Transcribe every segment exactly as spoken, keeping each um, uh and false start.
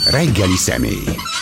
Reggeli személy.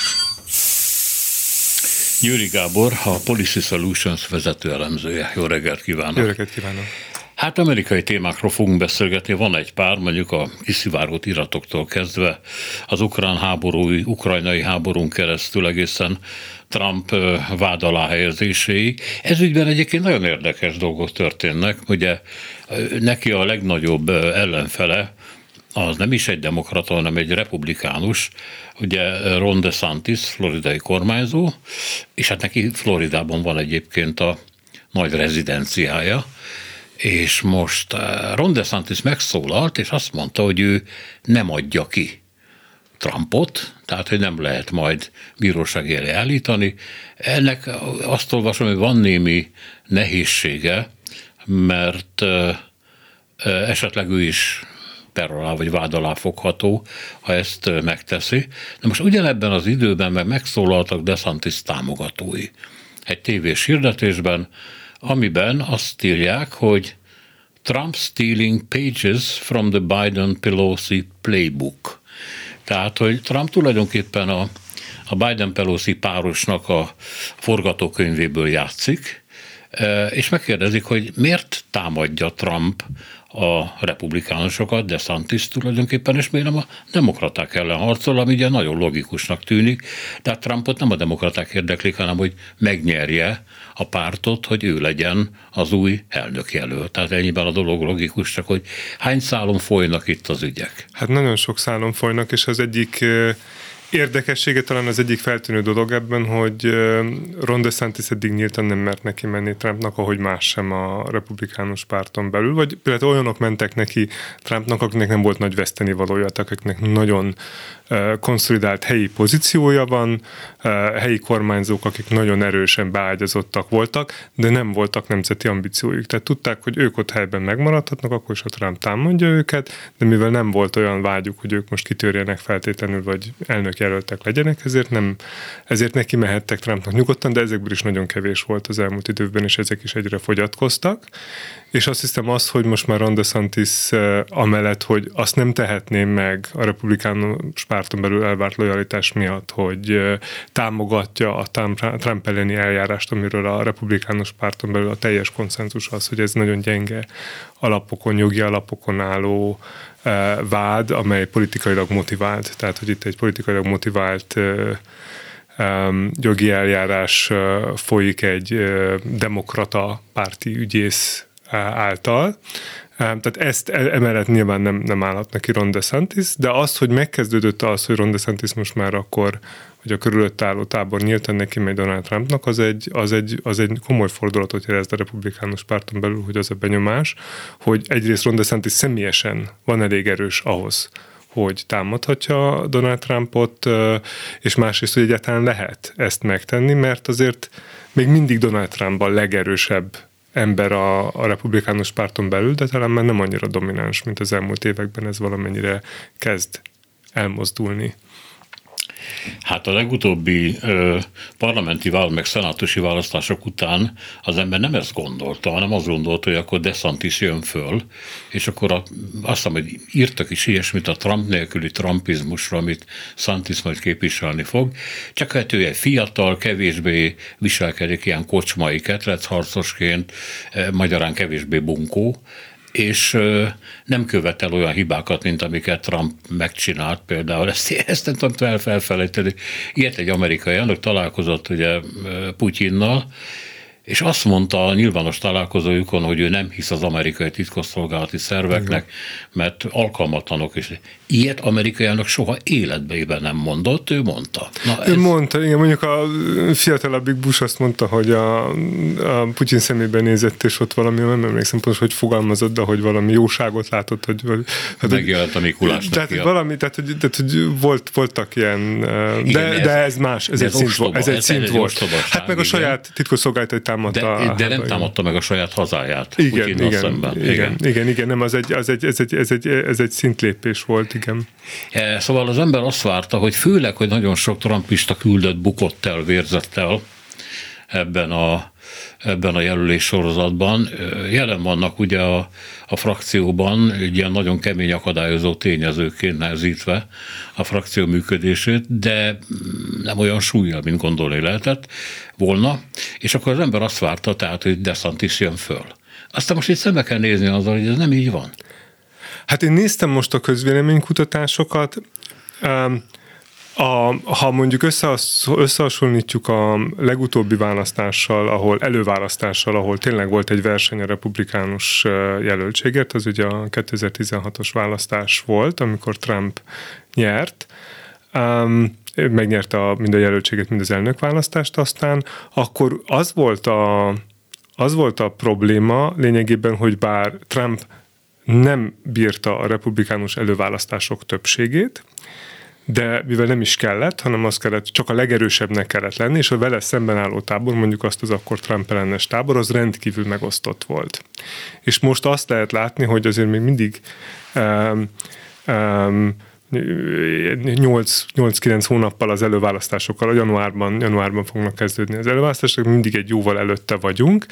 Győri Gábor, a Policy Solutions vezető elemzője. Jó reggelt kívánok! Jó reggelt kívánok! Hát amerikai témákról fogunk beszélgetni, van egy pár, mondjuk a kiszivárgott iratoktól kezdve, az ukrán háború, ukrajnai háborún keresztül egészen Trump vád alá helyezéséig. Ez ügyben egyébként nagyon érdekes dolgok történnek, ugye neki a legnagyobb ellenfele, az nem is egy demokrata, hanem egy republikánus, ugye Ron DeSantis, floridai kormányzó, és hát neki Floridában van egyébként a nagy rezidenciája, és most Ron DeSantis megszólalt, és azt mondta, hogy ő nem adja ki Trumpot, tehát hogy nem lehet majd bíróság elé állítani. Ennek azt olvasom, hogy van némi nehézsége, mert esetleg ő is per alá vagy vád alá fogható, ha ezt megteszi. De most ugyanebben az időben meg megszólaltak DeSantis támogatói egy tévés hirdetésben, amiben azt írják, hogy Trump stealing pages from the Biden-Pelosi playbook. Tehát, hogy Trump tulajdonképpen a, a Biden-Pelosi párosnak a forgatókönyvéből játszik, és megkérdezik, hogy miért támadja Trump a republikánusokat, DeSantis tulajdonképpen, és miért nem a demokraták ellen harcol, ami ugye nagyon logikusnak tűnik, de hát Trumpot nem a demokraták érdeklik, hanem hogy megnyerje a pártot, hogy ő legyen az új elnökjelölt. Tehát ennyiben a dolog logikus, csak hogy hány szálon folynak itt az ügyek? Hát nagyon sok szálon folynak, és az egyik érdekessége talán az egyik feltűnő dolog ebben, hogy Ron DeSantis eddig nyíltan nem mert neki menni Trumpnak, ahogy más sem a republikánus párton belül, vagy például olyanok mentek neki Trumpnak, akiknek nem volt nagy vesztenivalója, akiknek nagyon konszolidált helyi pozíciója van, helyi kormányzók, akik nagyon erősen beágyazottak voltak, de nem voltak nemzeti ambícióik. Tehát tudták, hogy ők ott helyben megmaradhatnak, akkor is a Trump támadja őket, de mivel nem volt olyan vágyuk, hogy ők most kitörjenek feltétlenül, vagy elnökjelöltek legyenek, ezért, nem, ezért neki mehettek Trumpnak nyugodtan, de ezekből is nagyon kevés volt az elmúlt időben, és ezek is egyre fogyatkoztak. És azt hiszem az, hogy most már Ron DeSantis amellett, hogy azt nem tehetném meg a republikánus párton belül elvárt lojalitás miatt, hogy támogatja a Trump elleni eljárást, amiről a republikánus párton belül a teljes konszenzus az, hogy ez nagyon gyenge alapokon, jogi alapokon álló vád, amely politikailag motivált. Tehát, hogy itt egy politikailag motivált jogi eljárás folyik egy demokrata párti ügyész által. Tehát ezt emellett nyilván nem, nem állhat neki Ron DeSantis, de az, hogy megkezdődött az, hogy Ron DeSantis most már akkor, hogy a körülött álló tábor nyíltan neki megy Donald Trumpnak, az egy, az, egy, az egy komoly fordulatot jelez a republikánus párton belül, hogy az a benyomás, hogy egyrészt Ron DeSantis személyesen van elég erős ahhoz, hogy támadhatja Donald Trumpot, és másrészt, hogy egyáltalán lehet ezt megtenni, mert azért még mindig Donald Trump a legerősebb ember a, a republikánus párton belül, de talán már nem annyira domináns, mint az elmúlt években, ez valamennyire kezd elmozdulni. Hát a legutóbbi ö, parlamenti választások, meg szenátusi választások után az ember nem ezt gondolta, hanem azt gondolta, hogy akkor DeSantis jön föl, és akkor a, azt hiszem, hogy írtak is ilyesmit a Trump nélküli trumpizmusra, amit DeSantis majd képviselni fog, csak hát ő egy fiatal, kevésbé viselkedik ilyen kocsmai ketrecharcosként, magyarán kevésbé bunkó, és nem követel olyan hibákat, mint amiket Trump megcsinált például. Ezt, ezt nem tudom felfelejteni. Ilyet egy amerikai elnök találkozott ugye Putyinnal, és azt mondta a nyilvános találkozójukon, hogy ő nem hisz az amerikai titkosszolgálati szerveknek, mert alkalmatlanok, és ilyet amerikai elnök soha életben nem mondott, ő mondta. Na, ez... Ő mondta, igen, mondjuk a fiatalabbik Bush azt mondta, hogy a, a Putyin szemében nézett, és ott valami, nem emlékszem pontosan, hogy fogalmazott, de hogy valami jóságot látott, hogy... Hát, megjelent a Mikulásnak. Tehát ki valami, tehát hogy, tehát, hogy volt, voltak ilyen, de, igen, ez, de ez más, ez, ez egy szint volt. Ez egy szint volt. Hát meg a saját titkosszolgálati támadta. De, de nem támadta meg a saját hazáját. Igen, igen, igen, igen, igen, igen, nem, az egy, az egy, ez, egy, ez, egy, ez egy szintlépés volt, igen. Szóval az ember azt várta, hogy főleg, hogy nagyon sok trumpista küldött bukott el, vérzett el ebben a ebben a jelölés sorozatban. Jelen vannak ugye a, a frakcióban egy ilyen nagyon kemény akadályozó tényezőként nehezítve a frakció működését, de nem olyan súllyal, mint gondolni lehetett volna, és akkor az ember azt várta, tehát, hogy DeSantis jön föl. Aztán most itt szembe kell nézni azzal, hogy ez nem így van. Hát én néztem most a közvéleménykutatásokat, A, ha mondjuk összehasonlítjuk a legutóbbi választással, ahol előválasztással, ahol tényleg volt egy verseny a republikánus jelöltségért, az ugye a kétezer-tizenhatos választás volt, amikor Trump nyert, um, megnyerte a, mind a jelöltséget, mind az elnökválasztást aztán, akkor az volt a, az volt a probléma lényegében, hogy bár Trump nem bírta a republikánus előválasztások többségét, de mivel nem is kellett, hanem az kellett, csak a legerősebbnek kellett lenni, és a vele szemben álló tábor, mondjuk azt az akkor Trump ellenes tábor, az rendkívül megosztott volt. És most azt lehet látni, hogy azért még mindig um, um, nyolc-kilenc hónappal az előválasztásokkal, a januárban, januárban fognak kezdődni az előválasztások, mindig egy jóval előtte vagyunk,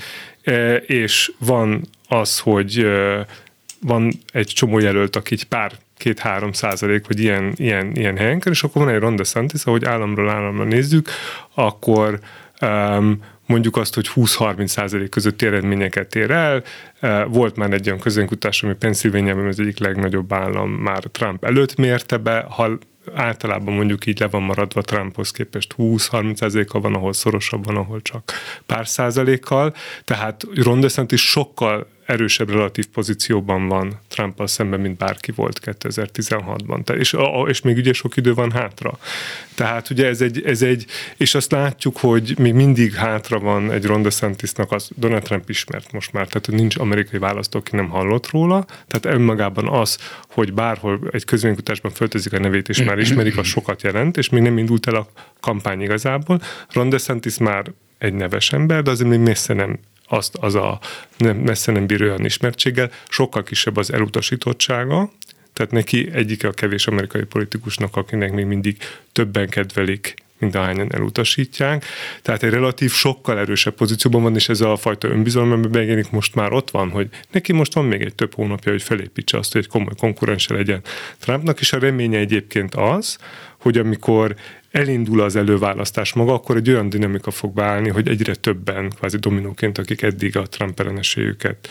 és van az, hogy van egy csomó jelölt, aki egy pár két-három százalék, vagy ilyen, ilyen, ilyen helyenken, és akkor van egy Ron DeSantis, ahogy államról államra nézzük, akkor um, mondjuk azt, hogy húsz-harminc százalék közötti eredményeket ér el. Uh, volt már egy olyan közönkutatás, ami Pennsylvaniában az egyik legnagyobb állam már Trump előtt mérte be, ha általában mondjuk így le van maradva Trumphoz képest húsz-harminc százalékkal van, ahol szorosabb van, ahol csak pár százalékkal. Tehát Ron DeSantis sokkal erősebb relatív pozícióban van Trumpal szemben, mint bárki volt kétezer-tizenhatban. És, és még ugye sok idő van hátra. Tehát ugye ez egy, ez egy, és azt látjuk, hogy még mindig hátra van egy Ron DeSantisnak, az Donald Trump ismert most már, tehát nincs amerikai választó, aki nem hallott róla. Tehát önmagában az, hogy bárhol egy közvéleménykutatásban föltezik a nevét, és már ismerik, az sokat jelent, és még nem indult el a kampány igazából. Ron DeSantis már egy neves ember, de azért még messze nem azt az a nem, messze nem bír olyan ismertséggel, sokkal kisebb az elutasítottsága, tehát neki egyik a kevés amerikai politikusnak, akinek még mindig többen kedvelik, mint ahányan elutasítják. Tehát egy relatív sokkal erősebb pozícióban van, és ez a fajta önbizalom, amiben megjelenik, most már ott van, hogy neki most van még egy több hónapja, hogy felépítse azt, hogy egy komoly konkurense legyen Trumpnak, és a reménye egyébként az, hogy amikor elindul az előválasztás maga, akkor egy olyan dinamika fog beállni, hogy egyre többen, kvázi dominóként, akik eddig a Trump ellenességüket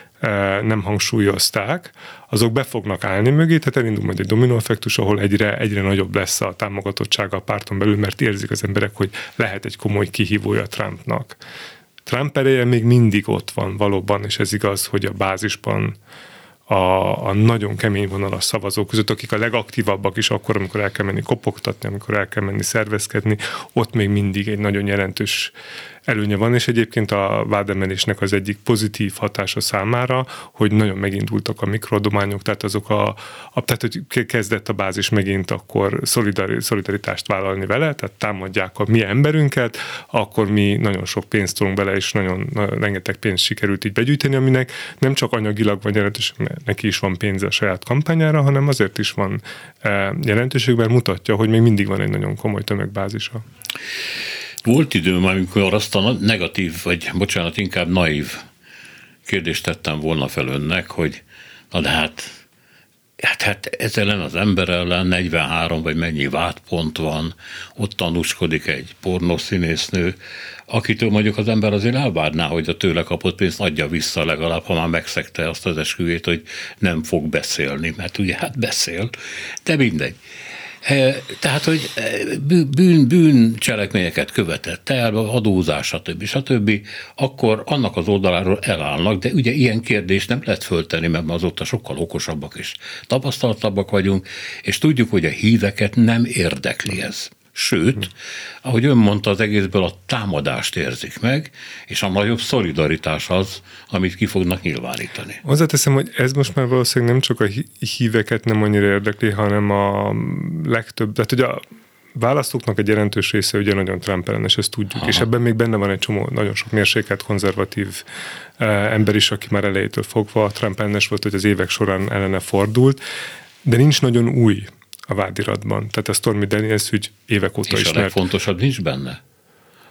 nem hangsúlyozták, azok be fognak állni mögé, tehát elindul majd egy dominóeffektus, ahol egyre, egyre nagyobb lesz a támogatottsága a párton belül, mert érzik az emberek, hogy lehet egy komoly kihívója Trumpnak. Trump ereje még mindig ott van valóban, és ez igaz, hogy a bázisban A, a nagyon kemény vonalas szavazók között, akik a legaktívabbak is akkor, amikor el kell menni kopogtatni, amikor el kell menni szervezkedni, ott még mindig egy nagyon jelentős előnye van, és egyébként a vádemelésnek az egyik pozitív hatása számára, hogy nagyon megindultak a mikroadományok, tehát azok a, a tehát hogy kezdett a bázis megint akkor szolidari, szolidaritást vállalni vele, tehát támadják a mi emberünket, akkor mi nagyon sok pénzt tudunk bele, és nagyon, nagyon rengeteg pénzt sikerült így begyűjteni, aminek nem csak anyagilag van jelentőség, mert neki is van pénze a saját kampányára, hanem azért is van jelentőség, mert mutatja, hogy még mindig van egy nagyon komoly tömegbázisa. Volt időm, amikor azt a negatív, vagy bocsánat, inkább naív kérdést tettem volna fel önnek, hogy na de hát, hát, hát ez ellen az ember ellen negyvenhárom vagy mennyi vádpont van, ott tanúskodik egy pornószínésznő, akitől mondjuk az ember azért elvárná, hogy a tőle kapott pénzt adja vissza legalább, ha már megszegte azt az esküvét, hogy nem fog beszélni, mert ugye hát beszél, de mindegy. Tehát, hogy bűn, bűncselekményeket követett el, adózás, stb. stb., akkor annak az oldaláról elállnak, de ugye ilyen kérdést nem lehet föltenni, mert azóta sokkal okosabbak és tapasztaltabbak vagyunk, és tudjuk, hogy a híveket nem érdekli ez. Sőt, ahogy ön mondta, az egészből a támadást érzik meg, és a nagyobb szolidaritás az, amit ki fognak nyilvánítani. Hozzáteszem, hogy ez most már valószínűleg nem csak a híveket nem annyira érdekli, hanem a legtöbb, tehát ugye a választóknak egy jelentős része ugye nagyon Trump ellenes, ezt tudjuk, Aha. és ebben még benne van egy csomó, nagyon sok mérsékelt, konzervatív eh, ember is, aki már elejétől fogva Trump ellenes volt, hogy az évek során ellene fordult, de nincs nagyon új a vádiratban. Tehát a Stormy Daniels ügy évek óta és ismert. És a legfontosabb nincs benne?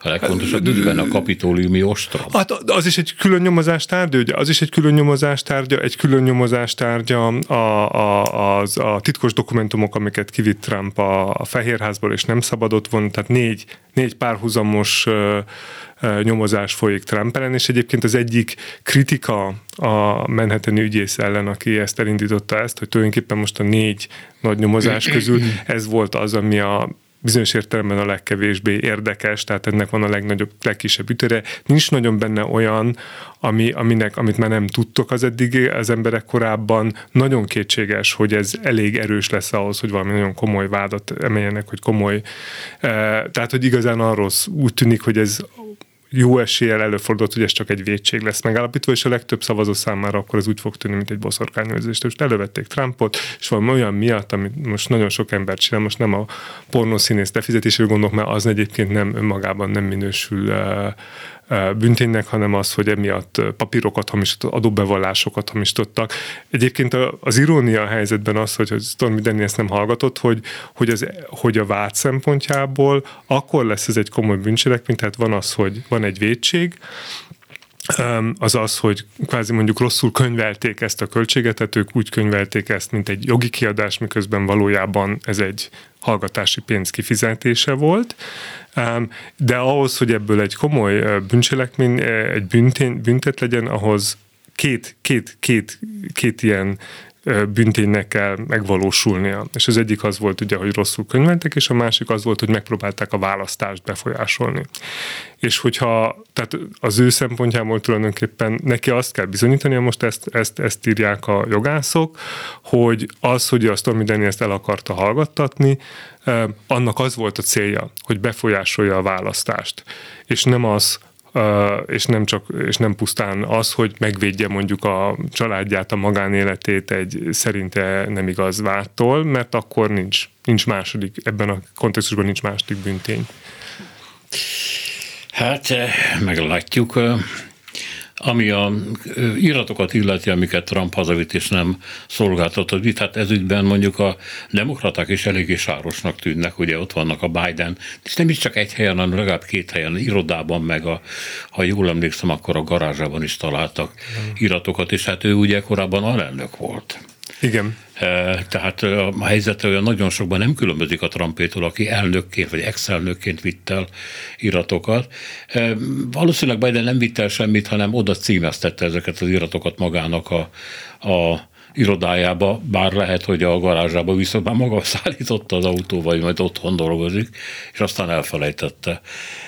A legfontosabb ügyben a kapitóliumi ostrom. Hát az is egy külön nyomozás tárgya, ugye? Az is egy külön nyomozás tárgya, egy külön nyomozás tárgya a, a, az, a titkos dokumentumok, amiket kivitt Trump a, a Fehérházból, és nem szabadott volna, tehát négy, négy párhuzamos uh, uh, nyomozás folyik Trump ellen, és egyébként az egyik kritika a Manhattani ügyész ellen, aki ezt elindította ezt, hogy tulajdonképpen most a négy nagy nyomozás közül ez volt az, ami a bizonyos értelemben a legkevésbé érdekes, tehát ennek van a legnagyobb, legkisebb ütere. Nincs nagyon benne olyan, ami, aminek, amit már nem tudtok az eddig az emberek korábban. Nagyon kétséges, hogy ez elég erős lesz ahhoz, hogy valami nagyon komoly vádat emeljenek, hogy komoly. Tehát, hogy igazán arról úgy tűnik, hogy ez jó eséllyel előfordult, hogy ez csak egy vétség lesz megállapítva, és a legtöbb szavazó számára akkor ez úgy fog tűnni, mint egy boszorkányőrzés. Most elővették Trumpot, és valami olyan miatt, amit most nagyon sok ember csinál, most nem a pornószínész befizetésről gondolok, mert az egyébként nem önmagában nem minősül bűnténynek, hanem az, hogy emiatt papírokat hamisítottak, adóbevallásokat hamisítottak. Egyébként az irónia a helyzetben az, hogy Stormy Daniels nem hallgatott, hogy, hogy, az, hogy a vád szempontjából akkor lesz ez egy komoly bűncselekmény, tehát van az, hogy van egy vétség, az az, hogy kvázi mondjuk rosszul könyvelték ezt a költséget, tehát ők úgy könyvelték ezt, mint egy jogi kiadás, miközben valójában ez egy hallgatási pénz kifizetése volt. De ahhoz, hogy ebből egy komoly bűncselekmény, egy büntény, büntet legyen, ahhoz két, két, két, két ilyen bünténynek kell megvalósulnia. És az egyik az volt ugye, hogy rosszul könyveltek, és a másik az volt, hogy megpróbálták a választást befolyásolni. És hogyha, tehát az ő szempontjából tulajdonképpen neki azt kell bizonyítania, most ezt, ezt, ezt írják a jogászok, hogy az, hogy a Stormy Daniels el akarta hallgattatni, annak az volt a célja, hogy befolyásolja a választást. És nem az, Uh, és, nem csak, és nem pusztán az, hogy megvédje mondjuk a családját, a magánéletét egy szerinte nem igaz vádtól, mert akkor nincs, nincs második, ebben a kontextusban nincs második bűntény. Hát meglátjuk. Ami a iratokat illeti, amiket Trump hazavitt és nem szolgáltatott itt, hát ezügyben mondjuk a demokraták is eléggé sárosnak tűnnek, ugye ott vannak a Biden, és nem is csak egy helyen, hanem legalább két helyen, irodában, meg a, ha jól emlékszem, akkor a garázsában is találtak iratokat, és hát ő ugye korábban alelnök volt. Igen. Tehát a helyzete olyan nagyon sokban nem különbözik a Trumpétól, aki elnökként vagy ex-elnökként vitt el iratokat. Valószínűleg Biden nem vitt el semmit, hanem oda címeztette ezeket az iratokat magának a, a irodájába, bár lehet, hogy a garázsába viszont már maga szállította az autó, vagy majd otthon dolgozik, és aztán elfelejtette.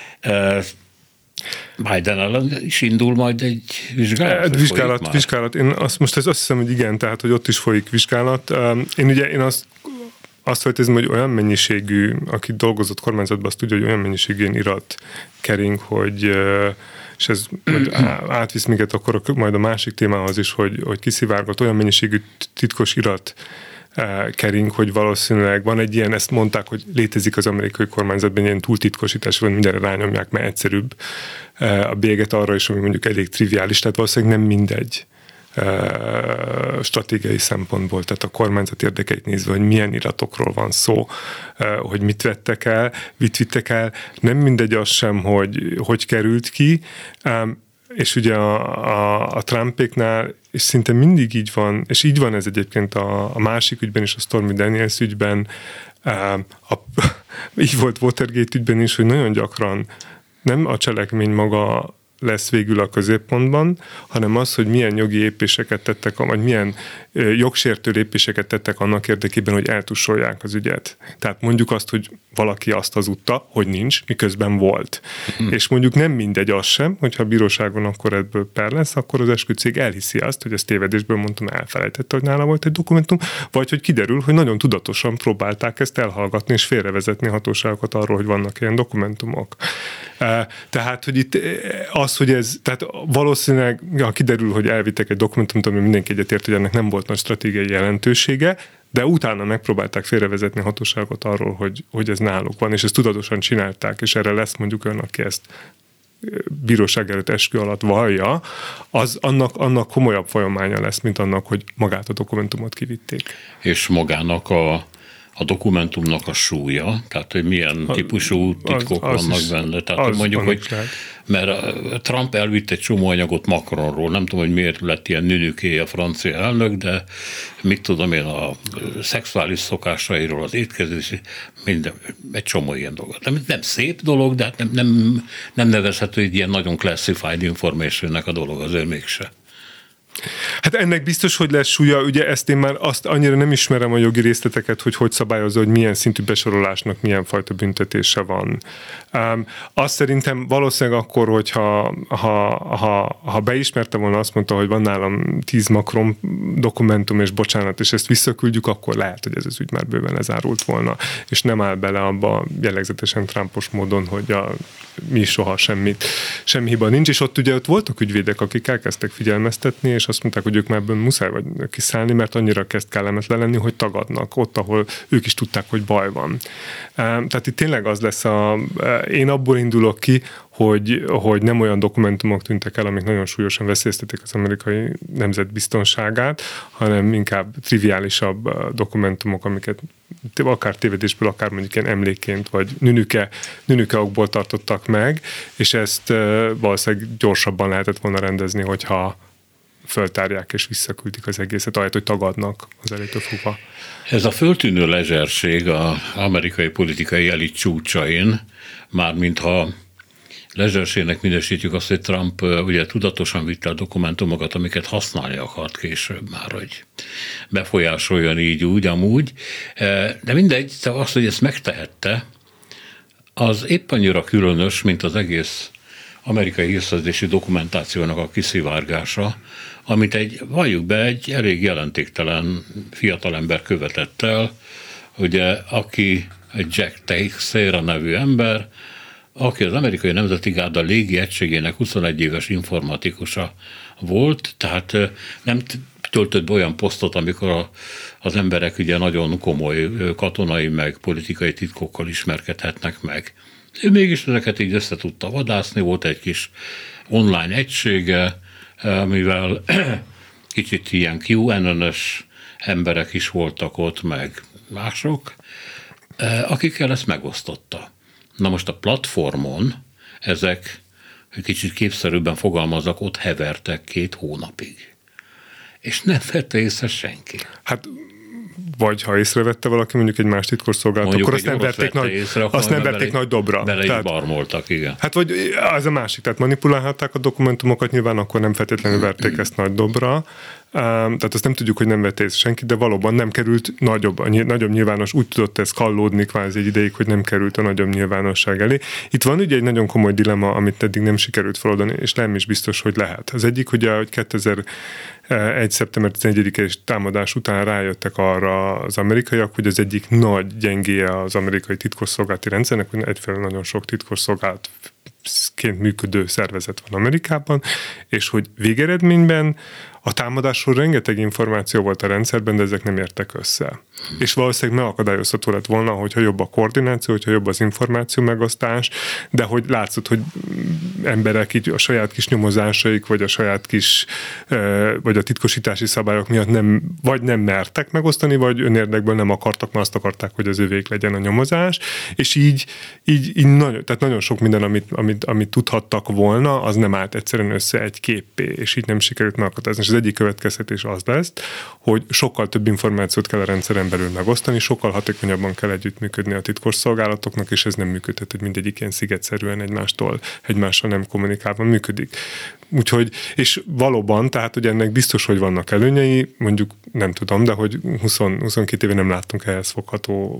Biden ellen is indul majd egy vizsgálat? Vizsgálat, vizsgálat. Én azt, most ezt azt hiszem, hogy igen, tehát, hogy ott is folyik vizsgálat. Én ugye, én azt, azt feltézem, hogy olyan mennyiségű, aki dolgozott kormányzatban, azt tudja, hogy olyan mennyiségű irat kering, hogy és ez átvisz minket akkor majd a másik témához is, hogy, hogy kiszivárgott olyan mennyiségű titkos irat kering, hogy valószínűleg van egy ilyen, ezt mondták, hogy létezik az amerikai kormányzatban ilyen túltitkosítás, vagy mindenre rányomják, mert egyszerűbb a bélyeget arra is, ami mondjuk elég triviális, tehát valószínűleg nem mindegy stratégiai szempontból, tehát a kormányzat érdekeit nézve, hogy milyen iratokról van szó, hogy mit vettek el, mit vittek el, nem mindegy az sem, hogy hogy került ki, és ugye a, a, a Trumpéknál, és szinte mindig így van, és így van ez egyébként a, a másik ügyben is, a Stormy Daniels ügyben, a, a, így volt Watergate ügyben is, hogy nagyon gyakran nem a cselekmény maga lesz végül a középpontban, hanem az, hogy milyen jogi lépéseket tettek, vagy milyen jogsértő lépéseket tettek annak érdekében, hogy eltussolják az ügyet. Tehát mondjuk azt, hogy valaki azt hazudta, hogy nincs, miközben volt. Mm. És mondjuk nem mindegy az sem, hogyha a bíróságon akkor ebből per lesz, akkor az esküdtcég elhiszi azt, hogy ezt tévedésből mondtam, elfelejtette, hogy nála volt egy dokumentum, vagy hogy kiderül, hogy nagyon tudatosan próbálták ezt elhallgatni és félrevezetni hatóságokat arról, hogy vannak ilyen dokumentumok. Tehát, hogy itt az, hogy ez, tehát valószínűleg, ha kiderül, hogy elvittek egy dokumentumot, ami mindenki egyetért, hogy ennek nem volt nagy stratégiai jelentősége, de utána megpróbálták félrevezetni a hatóságot arról, hogy, hogy ez náluk van, és ezt tudatosan csinálták, és erre lesz mondjuk olyan, aki ezt bíróság előtt eskü alatt vallja, az annak, annak komolyabb folyamánya lesz, mint annak, hogy magát a dokumentumot kivitték. És magának a a dokumentumnak a súlya, tehát hogy milyen típusú titkok az, az vannak is, benne. Tehát hogy mondjuk, hogy mert Trump elvitt egy csomó anyagot Macronról, nem tudom, hogy miért lett ilyen nünüké a francia elnök, de mit tudom én, a szexuális szokásairól, az étkezés, minden, egy csomó ilyen dolgot. Nem, nem szép dolog, de nem, nem, nem nevezhető egy ilyen nagyon classified informationnek a dolog azért mégse. Hát ennek biztos, hogy lesz súlya, ugye ezt én már azt annyira nem ismerem a jogi részleteket, hogy hogy szabályozza, hogy milyen szintű besorolásnak milyen fajta büntetése van. Um, azt szerintem valószínűleg akkor, hogyha ha, ha, ha beismerte volna, azt mondta, hogy van nálam tíz Macron dokumentum, és bocsánat, és ezt visszaküldjük, akkor lehet, hogy ez az ügy már bőven lezárult volna, és nem áll bele abba jellegzetesen Trumpos módon, hogy a, mi soha semmit, semmi hiba nincs, és ott ugye ott voltak ügyvédek, akik elkezdtek figyelmeztetni, és azt mondták, hogy ők már ebből muszáj vagy kiszállni, mert annyira kezd kellemetlen lenni, hogy tagadnak ott, ahol ők is tudták, hogy baj van. Tehát itt tényleg az lesz a... Én abból indulok ki, hogy, hogy nem olyan dokumentumok tűntek el, amik nagyon súlyosan veszélyeztetik az amerikai nemzetbiztonságát, hanem inkább triviálisabb dokumentumok, amiket akár tévedésből, akár mondjuk ilyen emlékként, vagy nünüke, nünüke okból tartottak meg, és ezt valószínűleg gyorsabban lehetett volna rendezni, hogyha föltárják és visszaküldik az egészet, ahelyett, hogy tagadnak az elétől fogva. Ez a föltűnő lezserség az amerikai politikai elit csúcsain, mármintha lezserségnek minősítjük azt, hogy Trump ugye tudatosan vitte a dokumentumokat, amiket használni akart később már, hogy befolyásoljon így, úgy, amúgy. De mindegy, az, hogy ezt megtehette, az épp annyira különös, mint az egész amerikai hírszerzési dokumentációnak a kiszivárgása, amit egy, valljuk be, egy elég jelentéktelen fiatalember követett el, ugye, aki egy Jack Teixeira nevű ember, aki az Amerikai Nemzeti Gárda légi egységének huszonegy éves informatikusa volt, tehát nem töltött be olyan posztot, amikor a, az emberek ugye nagyon komoly katonai meg politikai titkokkal ismerkedhetnek meg. Ő mégis ezeket így össze tudta vadászni, volt egy kis online egysége, mivel kicsit ilyen Q N N-ös emberek is voltak ott, meg mások, akikkel ezt megosztotta. Na most a platformon ezek, kicsit képszerűbben fogalmaznak, ott hevertek két hónapig. És nem vette észre senki. Hát vagy ha észrevette valaki mondjuk egy más titkosszolgálat, akkor azt nem verték, nagy, észre, azt nem verték nagy dobra. Bele is barmoltak, igen. Hát vagy az a másik, tehát manipulálhatták a dokumentumokat, nyilván akkor nem feltétlenül verték ezt nagy dobra. Tehát azt nem tudjuk, hogy nem vette észre senki, de valóban nem került nagyobb, a nagyobb nyilvános, úgy tudott ez kallódni kvázi egy ideig, hogy nem került a nagyobb nyilvánosság elé. Itt van ugye egy nagyon komoly dilemma, amit eddig nem sikerült feloldani, és nem is biztos, hogy lehet. Az egyik ugye, hogy kétezer-egy. szeptember tizenegyedike támadás után rájöttek arra az amerikaiak, hogy az egyik nagy gyengéje az amerikai titkosszolgálati rendszernek, hogy egyfelől nagyon sok titkosszolgálatként működő szervezet van Amerikában, és hogy végeredményben a támadásról rengeteg információ volt a rendszerben, de ezek nem értek össze. És valószínűleg megakadályozható lett volna, hogyha jobb a koordináció, hogyha jobb az információ megosztás, de hogy látszott, hogy emberek így a saját kis nyomozásaik, vagy a saját kis, vagy a titkosítási szabályok miatt nem, vagy nem mertek megosztani, vagy önérdekből nem akartak, mert azt akarták, hogy az övék legyen a nyomozás, és így, így, így nagyon, tehát nagyon sok minden, amit, amit, amit tudhattak volna, az nem állt egyszerűen össze egy képpé, és így nem sikerült megakadályozni. És az egyik következtetés az lesz, hogy sokkal több információt kell a rendszeren belül megosztani, sokkal hatékonyabban kell együttműködni a titkosszolgálatoknak, és ez nem működhet, hogy mindegyik ilyen szigetszerűen egymástól, egymással nem kommunikálva működik. Úgyhogy, és valóban, tehát hogy ennek biztos, hogy vannak előnyei, mondjuk nem tudom, de hogy húsz, huszonkét éve nem láttunk ehhez fogható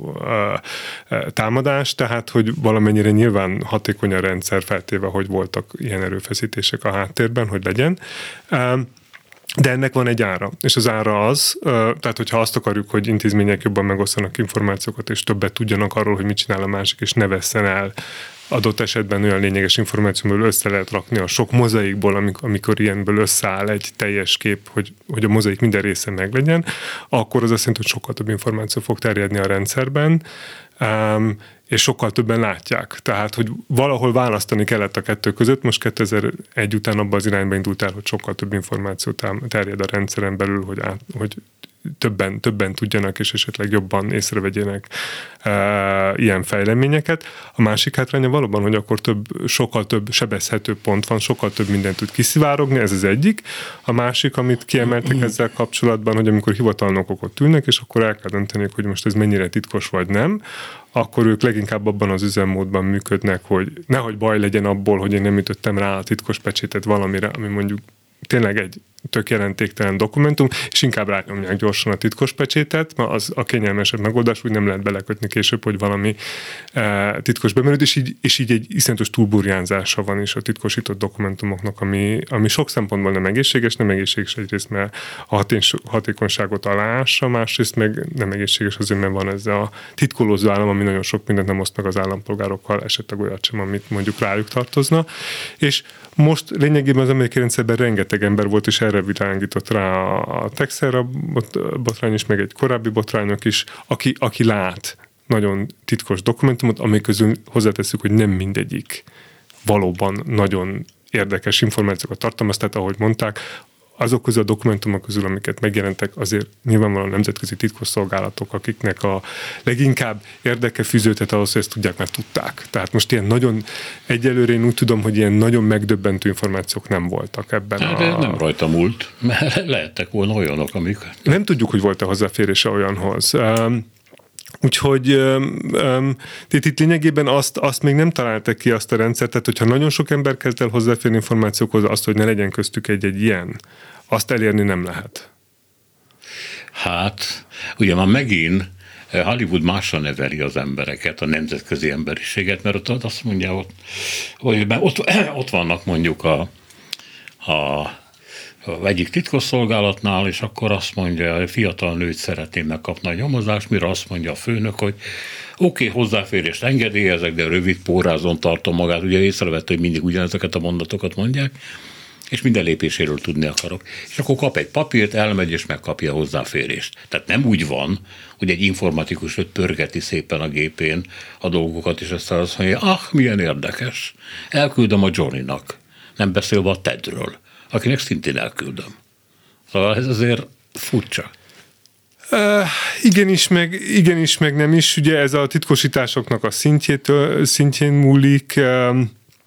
uh, uh, támadást, tehát hogy valamennyire nyilván hatékony a rendszer, feltéve, hogy voltak ilyen erőfeszítések a háttérben, hogy legyen. Uh, De ennek van egy ára, és az ára az, tehát hogyha azt akarjuk, hogy intézmények jobban megosztanak információkat, és többet tudjanak arról, hogy mit csinál a másik, és ne vesszen el adott esetben olyan lényeges információból össze lehet rakni a sok mozaikból, amikor, amikor ilyenből összeáll egy teljes kép, hogy, hogy a mozaik minden része meglegyen, akkor az azt jelenti, hogy sokkal több információ fog terjedni a rendszerben, um, és sokkal többen látják. Tehát, hogy valahol választani kellett a kettő között, most kétezer-egy után abban az irányba indult el, hogy sokkal több információ terjed a rendszeren belül, hogy, át, hogy többen, többen tudjanak, és esetleg jobban észrevegyenek e, ilyen fejleményeket. A másik hátránya valóban, hogy akkor több, sokkal több sebezhető pont van, sokkal több mindent tud kiszivárogni, ez az egyik. A másik, amit kiemeltek ezzel kapcsolatban, hogy amikor hivatalnokok ott ülnek, és akkor el kell dönteni, hogy most ez mennyire titkos vagy nem, akkor ők leginkább abban az üzemmódban működnek, hogy nehogy baj legyen abból, hogy én nem ütöttem rá a titkos pecsétet valamire, ami mondjuk tényleg egy tök jelentéktelen dokumentum, és inkább rányomják gyorsan a titkos pecsétet, mert az a kényelmesebb megoldás, úgy nem lehet belekötni később, hogy valami e, titkos bemerült, és így, és így egy iszonyatos túlburjánzása van is a titkosított dokumentumoknak, ami, ami sok szempontból nem egészséges, nem egészséges egyrészt, mert a hatékonyságot aláássa, másrészt meg nem egészséges azért, mert van ez a titkolózó állam, ami nagyon sok mindent nem oszt meg az állampolgárokkal, esetleg olyat sem, amit mondjuk rájuk tartozna. És most lényegében az amerikai rendszerben rengeteg ember volt, és erre világított rá a Texera botrány is, meg egy korábbi botrányok is, aki, aki lát nagyon titkos dokumentumot, amely közül hozzáteszük, hogy nem mindegyik valóban nagyon érdekes információkat tartalmaz, tehát ahogy mondták, azok közül a dokumentumok közül, amiket megjelentek, azért nyilvánvalóan nemzetközi titkosszolgálatok, akiknek a leginkább érdeke fűződhet ahhoz, hogy ezt tudják, mert tudták. Tehát most ilyen nagyon, egyelőre én úgy tudom, hogy ilyen nagyon megdöbbentő információk nem voltak ebben. De a... nem rajta múlt, mert lehettek volna olyanok, amik... Nem tudjuk, hogy volt-e hozzáférése olyanhoz. Um, Úgyhogy um, um, itt lényegében azt, azt még nem találtak ki azt a rendszert, tehát hogyha nagyon sok ember kezd el hozzáférni információkhoz, azt, hogy ne legyen köztük egy-egy ilyen, azt elérni nem lehet. Hát, ugye már megint Hollywood másra neveli az embereket, a nemzetközi emberiséget, mert ott azt mondja, ott, hogy ott, ott vannak mondjuk a, a egyik titkosszolgálatnál, és akkor azt mondja, hogy fiatal nőt szeretném megkapni a nyomozást, mire azt mondja a főnök, hogy oké, okay, hozzáférést engedélyezek, de rövid pórázon tartom magát. Ugye észrevett, hogy mindig ugyanezeket a mondatokat mondják, és minden lépéséről tudni akarok. És akkor kap egy papírt, elmegy, és megkapja a hozzáférést. Tehát nem úgy van, hogy egy informatikus ott pörgeti szépen a gépén a dolgokat, és aztán azt mondja, ah, milyen érdekes. Elküldöm a Johnnynak, nem beszélve a Tedről, akinek szintén elküldöm. Szóval ez azért furcsa. Uh, igenis, meg, igenis, meg nem is. Ugye ez a titkosításoknak a szintjétől, szintjén múlik. Uh,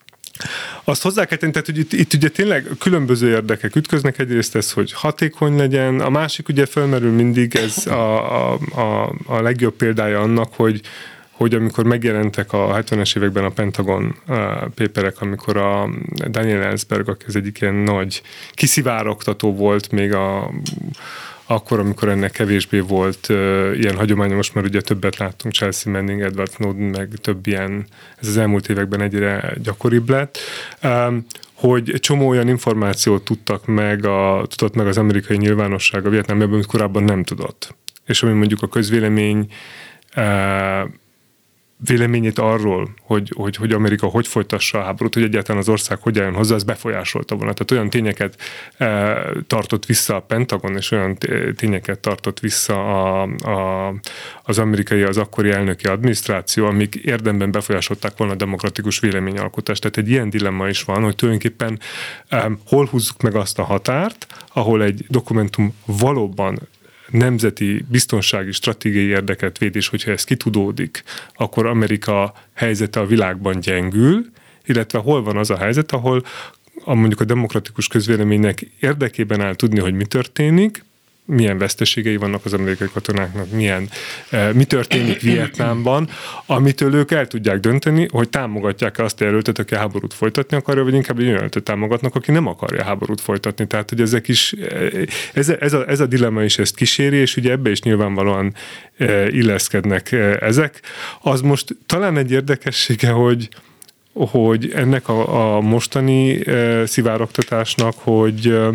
azt hozzá kell tenni, tehát hogy itt, itt ugye tényleg különböző érdekek ütköznek. Egyrészt ez, hogy hatékony legyen. A másik ugye felmerül mindig, ez a, a, a, a legjobb példája annak, hogy hogy amikor megjelentek a hetvenes években a Pentagon uh, paperek, amikor a Daniel Ellsberg, aki az egyik ilyen nagy kiszivárogtató volt még a, akkor, amikor ennek kevésbé volt uh, ilyen hagyománya, most már ugye többet láttunk, Chelsea Manning, Edward Snowden, meg több ilyen, ez az elmúlt években egyre gyakoribb lett, um, hogy egy csomó olyan információt tudtak meg, a, tudott meg az amerikai nyilvánosság a Vietnámban, amit korábban nem tudott. És ami mondjuk a közvélemény uh, véleményét arról, hogy, hogy, hogy Amerika hogy folytassa a háborút, hogy egyáltalán az ország hogy álljon hozzá, az befolyásolta volna. Tehát olyan tényeket e, tartott vissza a Pentagon, és olyan tényeket tartott vissza a, a, az amerikai, az akkori elnöki adminisztráció, amik érdemben befolyásolták volna a demokratikus véleményalkotást. Tehát egy ilyen dilemma is van, hogy tulajdonképpen e, hol húzzuk meg azt a határt, ahol egy dokumentum valóban nemzeti biztonsági stratégiai érdeket véd, és hogyha ez kitudódik, akkor Amerika helyzete a világban gyengül, illetve hol van az a helyzet, ahol a, mondjuk a demokratikus közvéleménynek érdekében áll tudni, hogy mi történik, milyen veszteségei vannak az amerikai katonáknak, milyen, eh, mi történik Vietnámban, amitől ők el tudják dönteni, hogy támogatják azt a jelöltet, aki a háborút folytatni akarja, vagy inkább egy olyan jelöltet támogatnak, aki nem akarja háborút folytatni. Tehát, hogy ezek is, ez, ez, a, ez a dilemma is ezt kíséri, és ugye ebbe is nyilvánvalóan eh, illeszkednek eh, ezek. Az most talán egy érdekessége, hogy hogy ennek a, a mostani eh, szivárogtatásnak, hogy eh,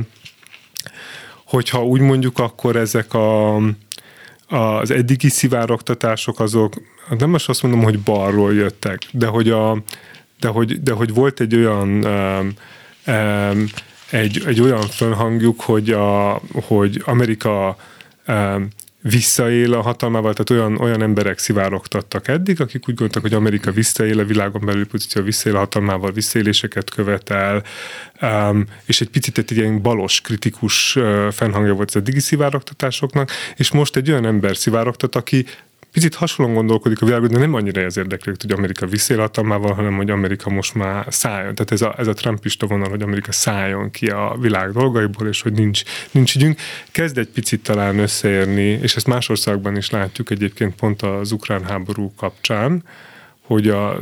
hogyha úgy mondjuk, akkor ezek a, az eddigi szivárogtatások azok, nem most azt mondom, hogy balról jöttek, de hogy, a, de hogy, de hogy volt egy olyan um, um, egy, egy olyan fönhangjuk, hogy, a, hogy Amerika um, visszaél a hatalmával, tehát olyan, olyan emberek szivárogtattak eddig, akik úgy gondoltak, hogy Amerika visszaél a világon belül pozíció, visszaél a hatalmával, visszaéléseket követel, um, és egy picit egy ilyen balos, kritikus uh, fennhangja volt az eddigi szivárogtatásoknak, és most egy olyan ember szivárogtat, aki picit hasonlóan gondolkodik a világon, de nem annyira ez érdekli, hogy Amerika visszaél hatalmával, hanem hogy Amerika most már szálljon. Tehát ez a, ez a trumpista vonal, hogy Amerika szálljon ki a világ dolgaiból, és hogy nincs, nincs ügyünk. Kezd egy picit talán összeérni, és ezt más országban is látjuk egyébként pont az ukrán háború kapcsán, hogy a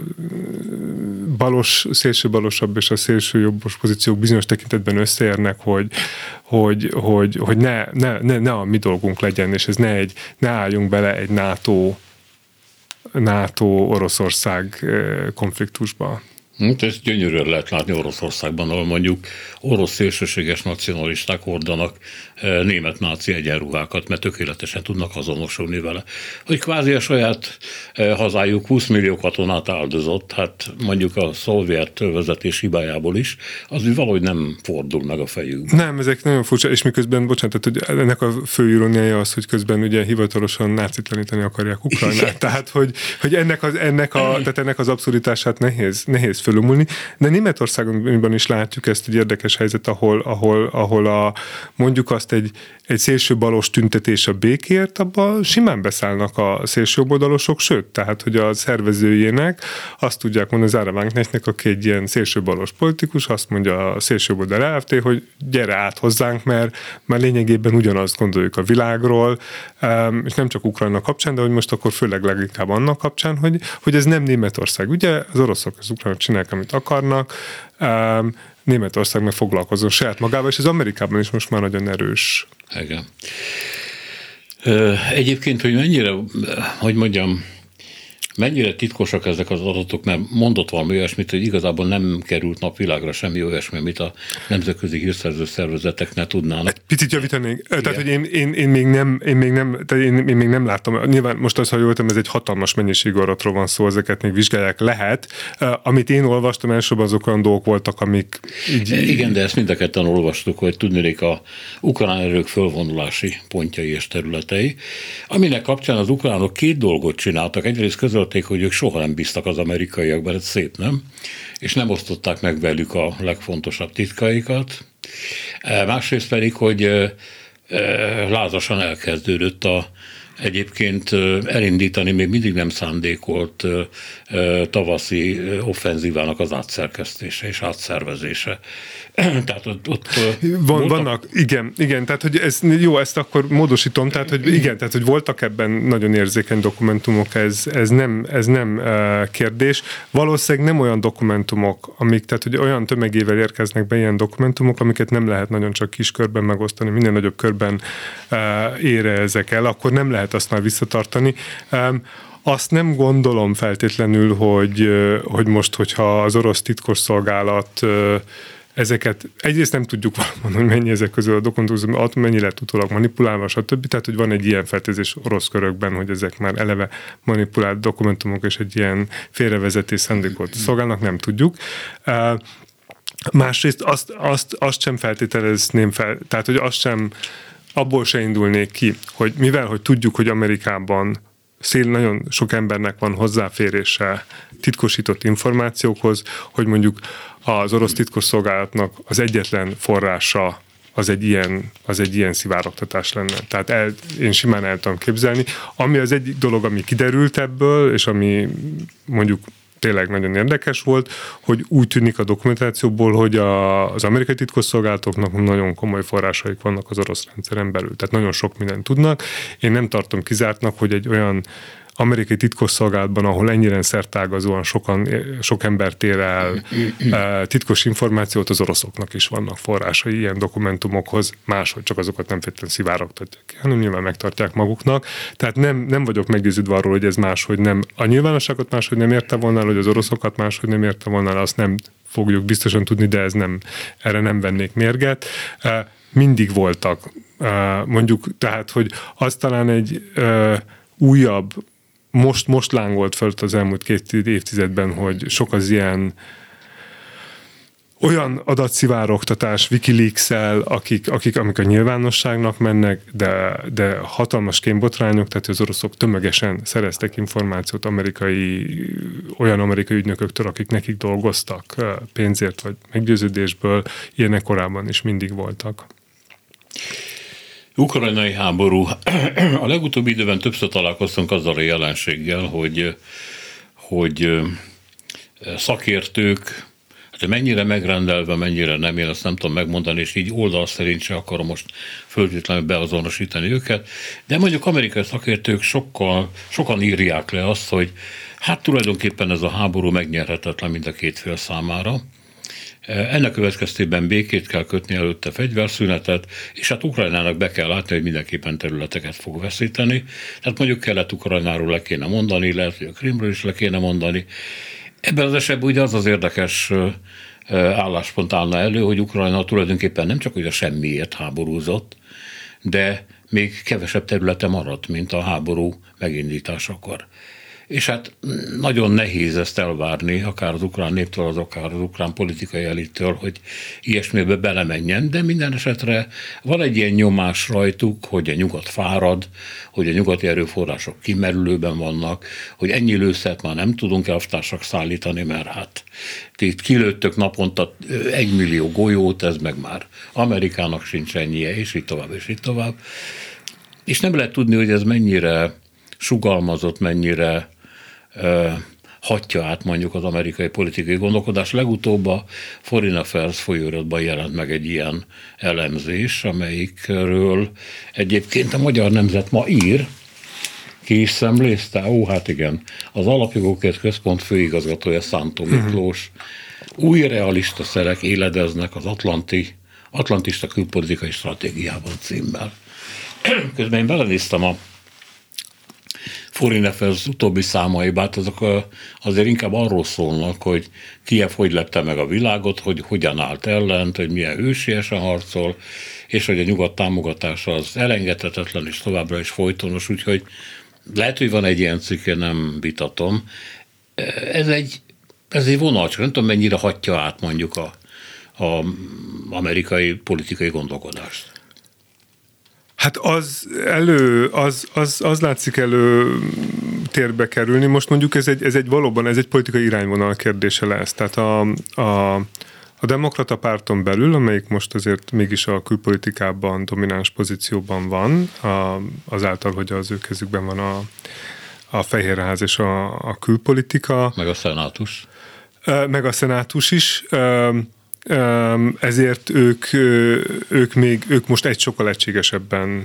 balos, szélső balosabb és a szélső jobbos pozíciók bizonyos tekintetben összeérnek, hogy, hogy, hogy, hogy ne, ne, ne, ne a mi dolgunk legyen, és ez ne, egy, ne álljunk bele egy NATO, NATO-Oroszország konfliktusba. Ezt gyönyörűen lehet látni Oroszországban, ahol mondjuk orosz szélsőséges nacionalisták hordanak német náci egyenruhákat, mert tökéletesen tudnak azonosulni vele. Hogy kvázi a saját hazájuk húsz millió katonát áldozott, hát mondjuk a szovjet vezetés hibájából is, az úgy valahogy nem fordul meg a fejükben. Nem, ezek nagyon furcsa, és miközben, bocsánat, tehát, hogy ennek a fő iróniája az, hogy közben ugye hivatalosan nácitlanítani akarják Ukrajnát. Tehát, hogy, hogy ennek, az, ennek, a, tehát ennek az abszurditását nehéz, nehéz fölülmúlni, de Németországban is látjuk ezt egy érdekes helyzet, ahol, ahol, ahol a, mondjuk azt egy, egy szélső balos tüntetés a békért, abban simán beszállnak a szélsőjobboldalosok, sőt, tehát, hogy a szervezőjének azt tudják mondani Zára Wagenknechtnek, aki egy ilyen szélsőbalos politikus, azt mondja a szélsőjobboldal er ef té, hogy gyere át hozzánk, mert már lényegében ugyanazt gondoljuk a világról, és nem csak Ukrajna kapcsán, de hogy most akkor főleg leginkább annak kapcsán, hogy, hogy ez nem Németország. Ugye az oroszok az ukránok csinálják, amit akarnak, Németország meg foglalkozó saját magával, és az Amerikában is most már nagyon erős. Igen. Egyébként, hogy mennyire, hogy mondjam, mennyire titkosak ezek az adatok, mert mondott valami olyasmit, hogy igazából nem került napvilágra semmi olyasmi, amit a nemzetközi hírszerző szervezetek ne tudnának. Picit javítanék. Igen. Tehát, hogy én, én, én, még nem, én, még nem, tehát én, én még nem láttam. Nyilván most az, ha jól tudom, ez egy hatalmas mennyiségű adatról van szó, ezeket még vizsgálják. Lehet. Amit én olvastam, elsősorban azok olyan dolgok voltak, amik így... Igen, de ezt mind a ketten olvastuk, hogy tudnék a ukrán erők fölvonulási pontjai és területei, aminek kapcsán az ukránok két dolgot csináltak. Egyrészt közölték, hogy ők soha nem bíztak az amerikaiakban, ez szép, nem? És nem osztották meg velük a legfontosabb titkaikat. Másrészt pedig, hogy lázasan elkezdődött a egyébként elindítani még mindig nem szándékolt tavaszi offenzívának az átszerkesztése és átszervezése. Tehát ott, ott Van, voltak... Vannak, igen, igen, tehát hogy ez, jó, ezt akkor módosítom, tehát hogy igen, tehát hogy voltak ebben nagyon érzékeny dokumentumok, ez, ez nem, ez nem kérdés. Valószínűleg nem olyan dokumentumok, amik, tehát hogy olyan tömegével érkeznek be ilyen dokumentumok, amiket nem lehet nagyon csak kis körben megosztani, minden nagyobb körben ére ezek el, akkor nem lehet azt már visszatartani. Azt nem gondolom feltétlenül, hogy, hogy most, hogyha az orosz titkosszolgálat ezeket, egyrészt nem tudjuk valamon, hogy mennyi ezek közül a dokumentumok, mennyi lett utólag manipulálva, stb. Tehát, hogy van egy ilyen feltézés orosz körökben, hogy ezek már eleve manipulált dokumentumok, és egy ilyen félrevezetés szándékot szolgálnak, nem tudjuk. Másrészt azt, azt, azt sem feltételezném fel, tehát, hogy azt sem, abból se indulnék ki, hogy mivel, hogy tudjuk, hogy Amerikában szél nagyon sok embernek van hozzáférése titkosított információkhoz, hogy mondjuk az orosz titkosszolgálatnak az egyetlen forrása az egy ilyen, az egy ilyen szivárogtatás lenne. Tehát el, én simán el tudom képzelni. Ami az egyik dolog, ami kiderült ebből, és ami mondjuk tényleg nagyon érdekes volt, hogy úgy tűnik a dokumentációból, hogy a, az amerikai titkosszolgálatoknak nagyon komoly forrásaik vannak az orosz rendszeren belül. Tehát nagyon sok mindent tudnak. Én nem tartom kizártnak, hogy egy olyan amerikai titkosszolgálatban, ahol ennyire szertágazóan sokan, sok embert ér el titkos információt, az oroszoknak is vannak forrásai ilyen dokumentumokhoz, máshogy csak azokat nem feltétlenül szivárogtatják ki, hanem nyilván megtartják maguknak. Tehát nem, nem vagyok meggyőződve arról, hogy ez máshogy nem, a nyilvánosságot máshogy nem érte volna, hogy az oroszokat máshogy nem érte volna, azt nem fogjuk biztosan tudni, de ez nem, erre nem vennék mérget. Mindig voltak. Mondjuk, tehát, hogy az talán egy újabb, Most, most lángolt föl az elmúlt két évtizedben, hogy sok az ilyen olyan adatszivárogtatás Wikileaks-el, akik, akik amik a nyilvánosságnak mennek, de, de hatalmas kémbotrányok, tehát az oroszok tömegesen szereztek információt amerikai, olyan amerikai ügynököktől, akik nekik dolgoztak pénzért vagy meggyőződésből, ilyenek korábban is mindig voltak. Ukrajnai háború. A legutóbbi időben többször találkoztunk azzal a jelenséggel, hogy, hogy szakértők, hát mennyire megrendelve, mennyire nem, én azt nem tudom megmondani, és így oldal szerint se akarom most föltétlenül beazonosítani őket, de mondjuk amerikai szakértők sokkal, sokan írják le azt, hogy hát tulajdonképpen ez a háború megnyerhetetlen mind a két fél számára. Ennek következtében békét kell kötni, előtte fegyverszünetet, és hát Ukrajnának be kell látni, hogy mindenképpen területeket fog veszíteni. Tehát mondjuk Kelet-Ukrajnáról le kéne mondani, lehet, hogy a Krimről is le kéne mondani. Ebben az esetben ugye az az érdekes álláspont állna elő, hogy Ukrajna tulajdonképpen nem csak hogy a semmiért háborúzott, de még kevesebb területe maradt, mint a háború megindításakor. És hát nagyon nehéz ezt elvárni, akár az ukrán néptől, az akár az ukrán politikai elittől, hogy ilyesmibe belemenjen, de minden esetre van egy ilyen nyomás rajtuk, hogy a nyugat fárad, hogy a nyugati erőforrások kimerülőben vannak, hogy ennyi lőszert már nem tudunk elvtársak szállítani, mert hát itt kilőttök naponta egy millió golyót, ez meg már Amerikának sincs ennyie, és így tovább, és így tovább. És nem lehet tudni, hogy ez mennyire sugalmazott, mennyire uh, hatja át mondjuk az amerikai politikai gondolkodás. Legutóbb a Foreign Affairs folyóiratban jelent meg egy ilyen elemzés, amelyikről egyébként a Magyar Nemzet ma ír, ki is szemlézte, ó, hát igen, az Alapjogokért Központ főigazgatója Szántó Miklós, új realista szerek éledeznek az Atlanti, Atlantista külpolitikai stratégiában címmel. Közben én belenéztem a Foreign Affairs utóbbi számaiba, hát azok azért inkább arról szólnak, hogy Kijev hogy lepte meg a világot, hogy hogyan állt ellent, hogy milyen hősiesen harcol, és hogy a nyugat támogatása az elengedhetetlen, és továbbra is folytonos, úgyhogy lehet, hogy van egy ilyen cikk, nem vitatom. Ez egy, ez egy vonal, csak nem tudom, mennyire hatja át mondjuk a, a amerikai politikai gondolkodást. Hát az elő, az, az, az látszik elő térbe kerülni. Most mondjuk ez egy, ez egy valóban, ez egy politikai irányvonal kérdése lesz. Tehát a, a, a demokrata párton belül, amelyik most azért mégis a külpolitikában domináns pozícióban van, a, azáltal, hogy az ő kezükben van a, a Fehérház és a, a külpolitika. Meg a szenátus. Meg a szenátus is. Ezért ők, ők még, ők most egy sokkal egységesebben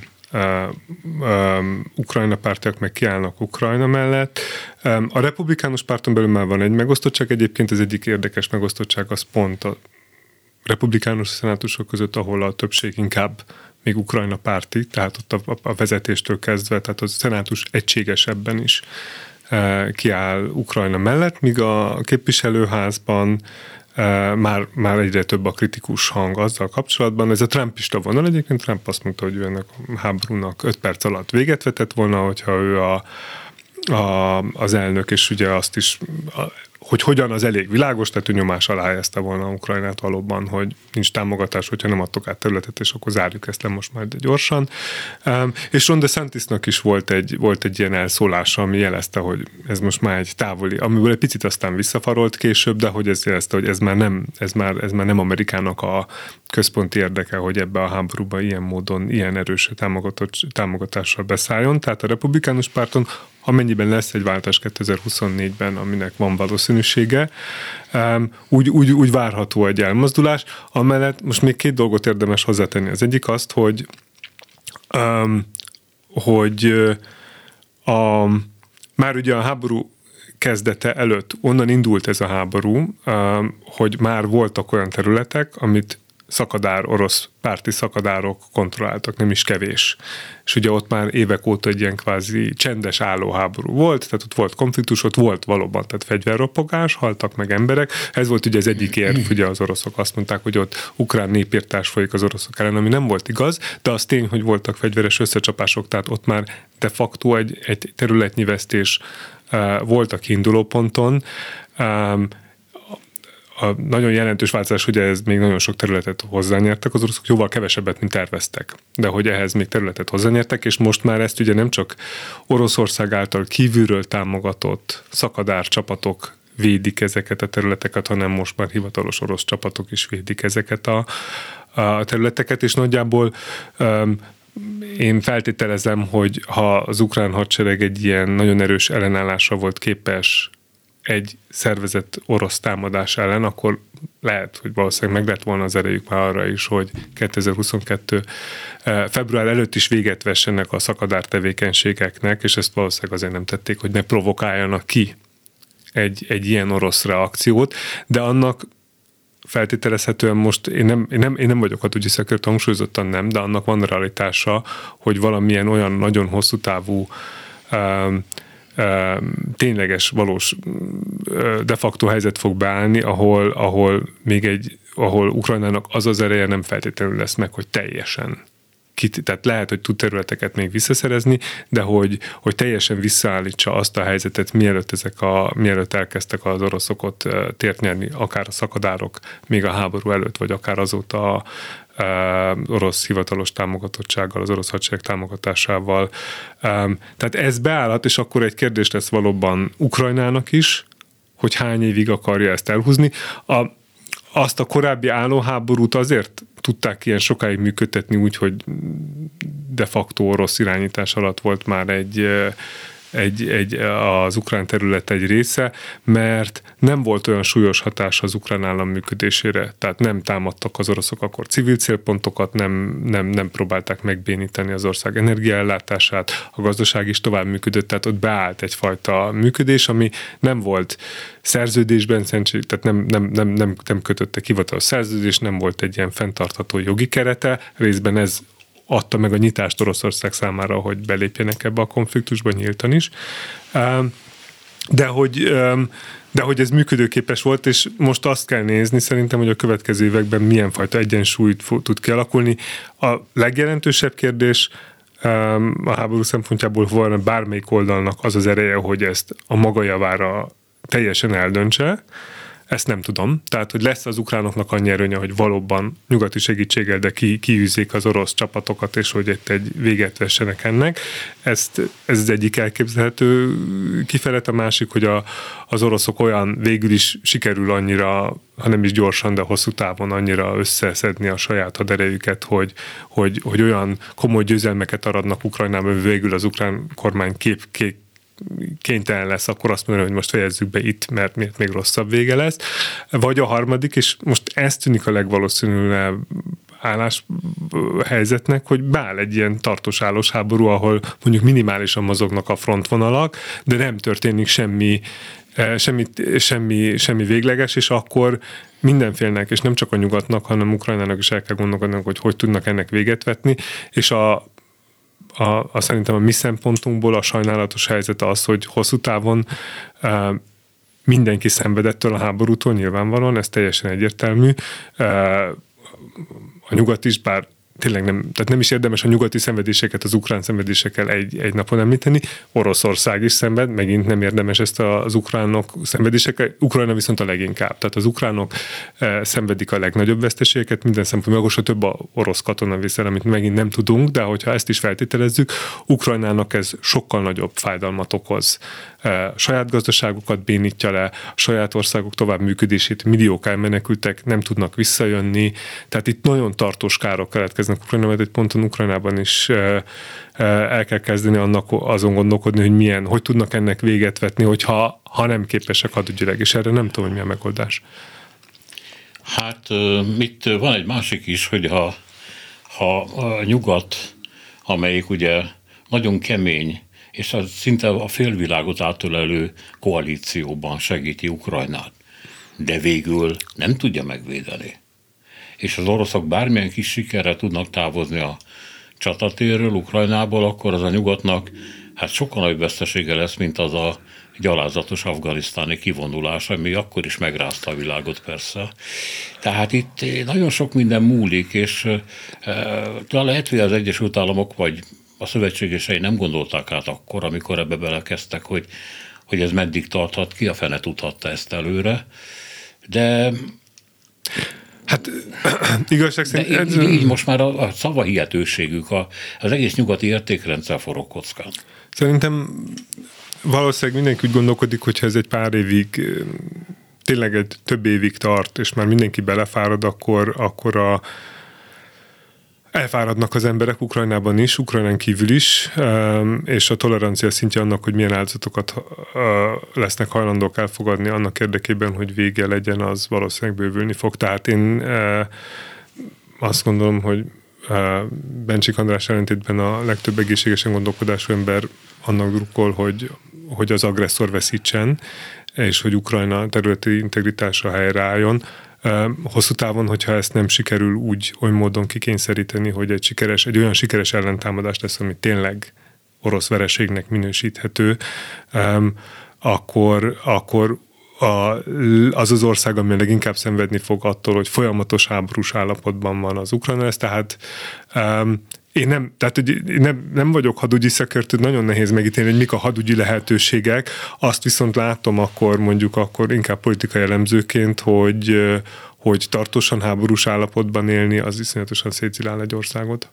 Ukrajna pártiak meg kiállnak Ukrajna mellett. A republikánus párton belül már van egy megosztottság, egyébként az egyik érdekes megosztottság az pont a republikánus szenátusok között, ahol a többség inkább még Ukrajna párti, tehát ott a, a vezetéstől kezdve, tehát a szenátus egységesebben is kiáll Ukrajna mellett, míg a képviselőházban Már, már egyre több a kritikus hang azzal kapcsolatban. Ez a trumpista vonal, egyébként Trump azt mondta, hogy ő ennek a háborúnak öt perc alatt véget vetett volna, hogyha ő a, a, az elnök, és ugye azt is, a, hogy hogyan az elég világos, tehát ő nyomás alá helyezte volna Ukrajnát valóban, hogy nincs támogatás, hogyha nem adtok át területet, és akkor zárjuk ezt le most majd gyorsan. És Ron DeSantisnak is volt egy, volt egy ilyen elszólása, ami jelezte, hogy ez most már egy távoli, amiből egy picit aztán visszafarolt később, de hogy ez jelezte, hogy ez már nem, ez már, ez már nem Amerikának a központi érdeke, hogy ebbe a háborúba ilyen módon, ilyen erős támogatással beszálljon. Tehát a republikánus párton, amennyiben lesz egy váltás kétezer-huszonnégyben, aminek van valószínűsége, úgy, úgy, úgy várható egy elmozdulás. Amellett most még két dolgot érdemes hozzátenni. Az egyik azt, hogy, hogy a, már ugye a háború kezdete előtt onnan indult ez a háború, hogy már voltak olyan területek, amit szakadár, orosz párti szakadárok kontrolláltak, nem is kevés. És ugye ott már évek óta egy ilyen kvázi csendes állóháború volt, tehát ott volt konfliktus, ott volt valóban, tehát fegyverropogás, haltak meg emberek. Ez volt ugye az egyik érv, ugye az oroszok azt mondták, hogy ott ukrán népírtás folyik az oroszok ellen, ami nem volt igaz, de az tény, hogy voltak fegyveres összecsapások, tehát ott már de facto egy, egy területnyi vesztés uh, volt a kiinduló ponton. Um, a nagyon jelentős változás, hogy ez még nagyon sok területet hozzányertek, az oroszok jóval kevesebbet, mint terveztek. De hogy ehhez még területet hozzányertek, és most már ezt ugye nem csak Oroszország által kívülről támogatott szakadár csapatok védik ezeket a területeket, hanem most már hivatalos orosz csapatok is védik ezeket a, a területeket, és nagyjából um, én feltételezem, hogy ha az ukrán hadsereg egy ilyen nagyon erős ellenállásra volt képes egy szervezett orosz támadás ellen, akkor lehet, hogy valószínűleg meg lett volna az erejük már arra is, hogy kétezer-huszonkettő február előtt is véget vessenek a szakadár tevékenységeknek, és ezt valószínűleg azért nem tették, hogy ne provokáljanak ki egy, egy ilyen orosz reakciót, de annak feltételezhetően most, én nem, én nem, én nem vagyok hadügyi szakértő, hangsúlyozottan nem, de annak van realitása, hogy valamilyen olyan nagyon hosszú távú um, tényleges, valós de facto helyzet fog beállni, ahol, ahol még egy, ahol Ukrajnának az az ereje nem feltétlenül lesz meg, hogy teljesen kit, tehát lehet, hogy tud területeket még visszaszerezni, de hogy, hogy teljesen visszaállítsa azt a helyzetet, mielőtt ezek a, mielőtt elkezdtek az oroszok ott tért nyerni, akár a szakadárok még a háború előtt, vagy akár azóta a orosz hivatalos támogatottsággal, az orosz hadsereg támogatásával. Tehát ez beállhat, és akkor egy kérdés lesz valóban Ukrajnának is, hogy hány évig akarja ezt elhúzni. A, azt a korábbi állóháborút azért tudták ilyen sokáig működtetni úgy, hogy de facto orosz irányítás alatt volt már egy Egy, egy, az ukrán terület egy része, mert nem volt olyan súlyos hatás az ukrán állam működésére. Tehát nem támadtak az oroszok akkor civil célpontokat, nem, nem, nem próbálták megbénítani az ország energiaellátását, a gazdaság is tovább működött, tehát ott beállt egyfajta működés, ami nem volt szerződésben, tehát nem, nem, nem, nem, nem kötöttek hivatalos szerződés, nem volt egy ilyen fenntartható jogi kerete, részben ez adta meg a nyitást Oroszország számára, hogy belépjenek ebbe a konfliktusba nyíltan is. De hogy, de hogy ez működőképes volt, és most azt kell nézni szerintem, hogy a következő években milyen fajta egyensúlyt tud kialakulni. A legjelentősebb kérdés a háború szempontjából volna bármelyik oldalnak az az ereje, hogy ezt a maga javára teljesen eldöntse. Ezt nem tudom. Tehát, hogy lesz az ukránoknak annyi erőnye, hogy valóban nyugati segítséggel, de ki, kiűzzék az orosz csapatokat, és hogy itt egy véget vessenek ennek. Ezt, ez az egyik elképzelhető kifelet, a másik, hogy a, az oroszok olyan végül is sikerül annyira, ha nem is gyorsan, de hosszú távon annyira összeszedni a saját haderejüket, hogy, hogy, hogy olyan komoly győzelmeket aradnak Ukrajnában, hogy végül az ukrán kormány kép, kép kénytelen lesz, akkor azt mondani, hogy most fejezzük be itt, mert miért még rosszabb vége lesz. Vagy a harmadik, és most ez tűnik a legvalószínűbb álláshelyzetnek, hogy beáll egy ilyen tartós állós háború, ahol mondjuk minimálisan mozognak a frontvonalak, de nem történik semmi, semmi, semmi, semmi végleges, és akkor mindenfélnek, és nem csak a nyugatnak, hanem Ukrajnának is el kell gondolkodni, hogy hogy tudnak ennek véget vetni, és a A, a szerintem a mi szempontunkból a sajnálatos helyzet az, hogy hosszú távon uh, mindenki szenvedettől a háborútól, nyilvánvalóan, ez teljesen egyértelmű. Uh, a nyugat is, bár tényleg nem, tehát nem is érdemes a nyugati szenvedéseket az ukrán szenvedésekkel egy, egy napon említeni. Oroszország is szenved, megint nem érdemes ezt az ukránok szenvedésekkel. Ukrajna viszont a leginkább. Tehát az ukránok e, szenvedik a legnagyobb veszteségeket, minden szempontból, akkor több a orosz katona viszel, amit megint nem tudunk, de hogyha ezt is feltételezzük, Ukrajnának ez sokkal nagyobb fájdalmat okoz. E, saját gazdaságokat bénítja le, a saját országok tovább működését, milliók elmenekültek, nem tudnak visszajönni, tehát itt nagyon tartós károk keletkeznek Ukrajna, mert egy ponton Ukrajnában is el kell kezdeni annak azon gondolkodni, hogy milyen, hogy tudnak ennek véget vetni, hogyha ha nem képesek hadügyileg, és erre nem tudom, hogy mi a megoldás. Hát itt van egy másik is, hogy ha, ha a nyugat, amelyik ugye nagyon kemény, és az szinte a félvilágot átölelő koalícióban segíti Ukrajnát, de végül nem tudja megvédeni. És az oroszok bármilyen kis sikerrel tudnak távozni a csatatérről, Ukrajnából, akkor az a nyugatnak hát sokkal nagyobb vesztesége lesz, mint az a gyalázatos afganisztáni kivonulás, ami akkor is megrázta a világot persze. Tehát itt nagyon sok minden múlik, és e, lehet, hogy az Egyesült Államok vagy a szövetségesei nem gondolták át akkor, amikor ebbe belekezdtek, hogy, hogy ez meddig tarthat, ki a fene tudhatta ezt előre. De Hát igazság szerint... De így, így most már a, a szavahihetőségük, a, az egész nyugati értékrendszer forog kockán. Szerintem valószínűleg mindenki úgy gondolkodik, hogyha ez egy pár évig, tényleg egy több évig tart, és már mindenki belefárad, akkor, akkor a elfáradnak az emberek Ukrajnában is, Ukrajnán kívül is, és a tolerancia szintje annak, hogy milyen áldozatokat lesznek hajlandók elfogadni annak érdekében, hogy vége legyen, az valószínűleg bővülni fog. Tehát én azt gondolom, hogy Bencsik András ellentétben a legtöbb egészségesen gondolkodású ember annak drukkol, hogy, hogy az agresszor veszítsen, és hogy Ukrajna területi integritása helyreálljon. Hosszú távon, hogyha ezt nem sikerül úgy, oly módon kikényszeríteni, hogy egy sikeres, egy olyan sikeres ellentámadás lesz, ami tényleg orosz vereségnek minősíthető, akkor, akkor a, az az ország, ami leginkább szenvedni fog attól, hogy folyamatos háborús állapotban van az Ukrajna lesz, tehát Én nem, tehát hogy én nem, nem vagyok hadügyi szakértő, nagyon nehéz megítélni, hogy mik a hadügyi lehetőségek. Azt viszont látom akkor mondjuk akkor inkább politikai elemzőként, hogy, hogy tartósan háborús állapotban élni, az iszonyatosan szétszilál egy országot.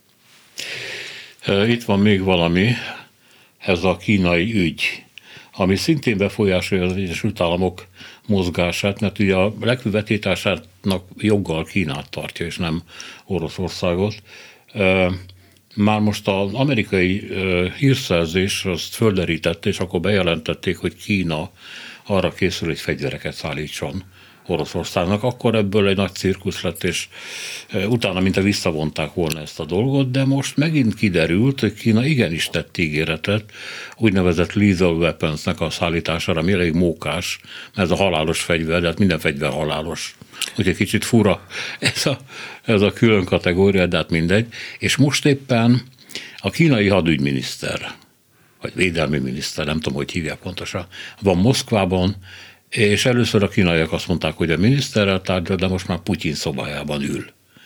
Itt van még valami, ez a kínai ügy, ami szintén befolyásolja az Egyesült Államok mozgását, mert ugye a legfőbb vetétásának joggal Kínát tartja, és nem Oroszországot. Már most az amerikai hírszerzés azt földerítette, és akkor bejelentették, hogy Kína arra készül, hogy fegyvereket szállítson Oroszországnak. Akkor ebből egy nagy cirkusz lett, és utána mintha visszavonták volna ezt a dolgot, de most megint kiderült, hogy Kína igenis tett ígéretet úgynevezett lethal weaponsnek a szállítására, ami elég mókás, mert ez a halálos fegyver, de hát minden fegyver halálos. Úgyhogy kicsit fura ez a, ez a külön kategória, de hát mindegy. És most éppen a kínai hadügyminiszter, vagy védelmi miniszter, nem tudom, hogy hívják pontosan, van Moszkvában, és először a kínaiak azt mondták, hogy a miniszterrel tárgyal, de most már Putyin szobájában ül.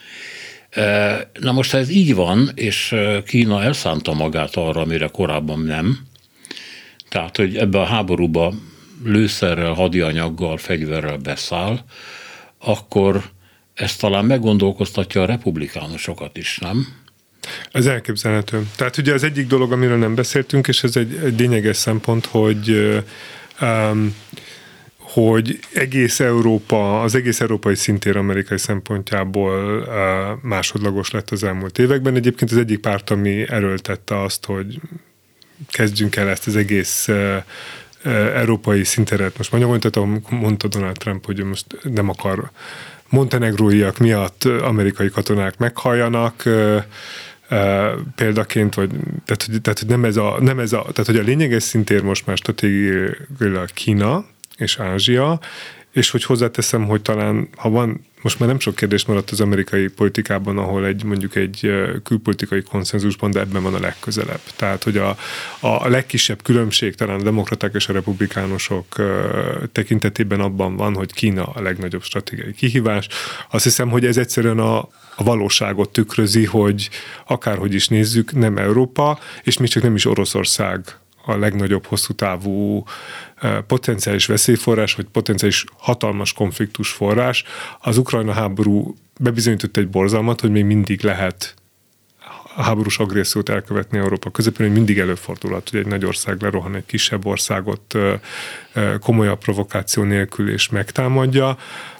Na most, ha ez így van, és Kína elszánta magát arra, amire korábban nem, tehát, hogy ebbe a háborúba lőszerrel, hadianyaggal, fegyverrel beszáll, akkor ez talán meggondolkoztatja a republikánusokat is, nem? Ez elképzelhető. Tehát ugye az egyik dolog, amiről nem beszéltünk, és ez egy, egy lényeges szempont, hogy um, hogy egész Európa, az egész európai szintér amerikai szempontjából uh, másodlagos lett az elmúlt években. Egyébként az egyik párt, ami erőltette azt, hogy kezdjünk el ezt az egész uh, uh, európai szinteret. Most már nyomon, mondta Donald Trump, hogy most nem akar montenegróiak miatt amerikai katonák meghalljanak, uh, Uh, példaként, vagy, tehát, hogy, tehát, hogy nem ez a, nem ez a, tehát, hogy a lényeges szintér most már stratégiailag Kína és Ázsia, és hogy hozzáteszem, hogy talán, ha van, most már nem sok kérdés maradt az amerikai politikában, ahol egy mondjuk egy külpolitikai konszenzusban, de ebben van a legközelebb. Tehát, hogy a, a legkisebb különbség talán a demokraták és a republikánusok tekintetében abban van, hogy Kína a legnagyobb stratégiai kihívás. Azt hiszem, hogy ez egyszerűen a, a valóságot tükrözi, hogy akárhogy is nézzük, nem Európa, és még csak nem is Oroszország a legnagyobb hosszú távú potenciális veszélyforrás, vagy potenciális hatalmas konfliktus forrás. Az Ukrajna háború bebizonyított egy borzalmat, hogy még mindig lehet a háborús agressziót elkövetni Európa közepén, hogy mindig előfordulhat, hogy egy nagy ország lerohan egy kisebb országot komolyabb provokáció nélkül és megtámadja.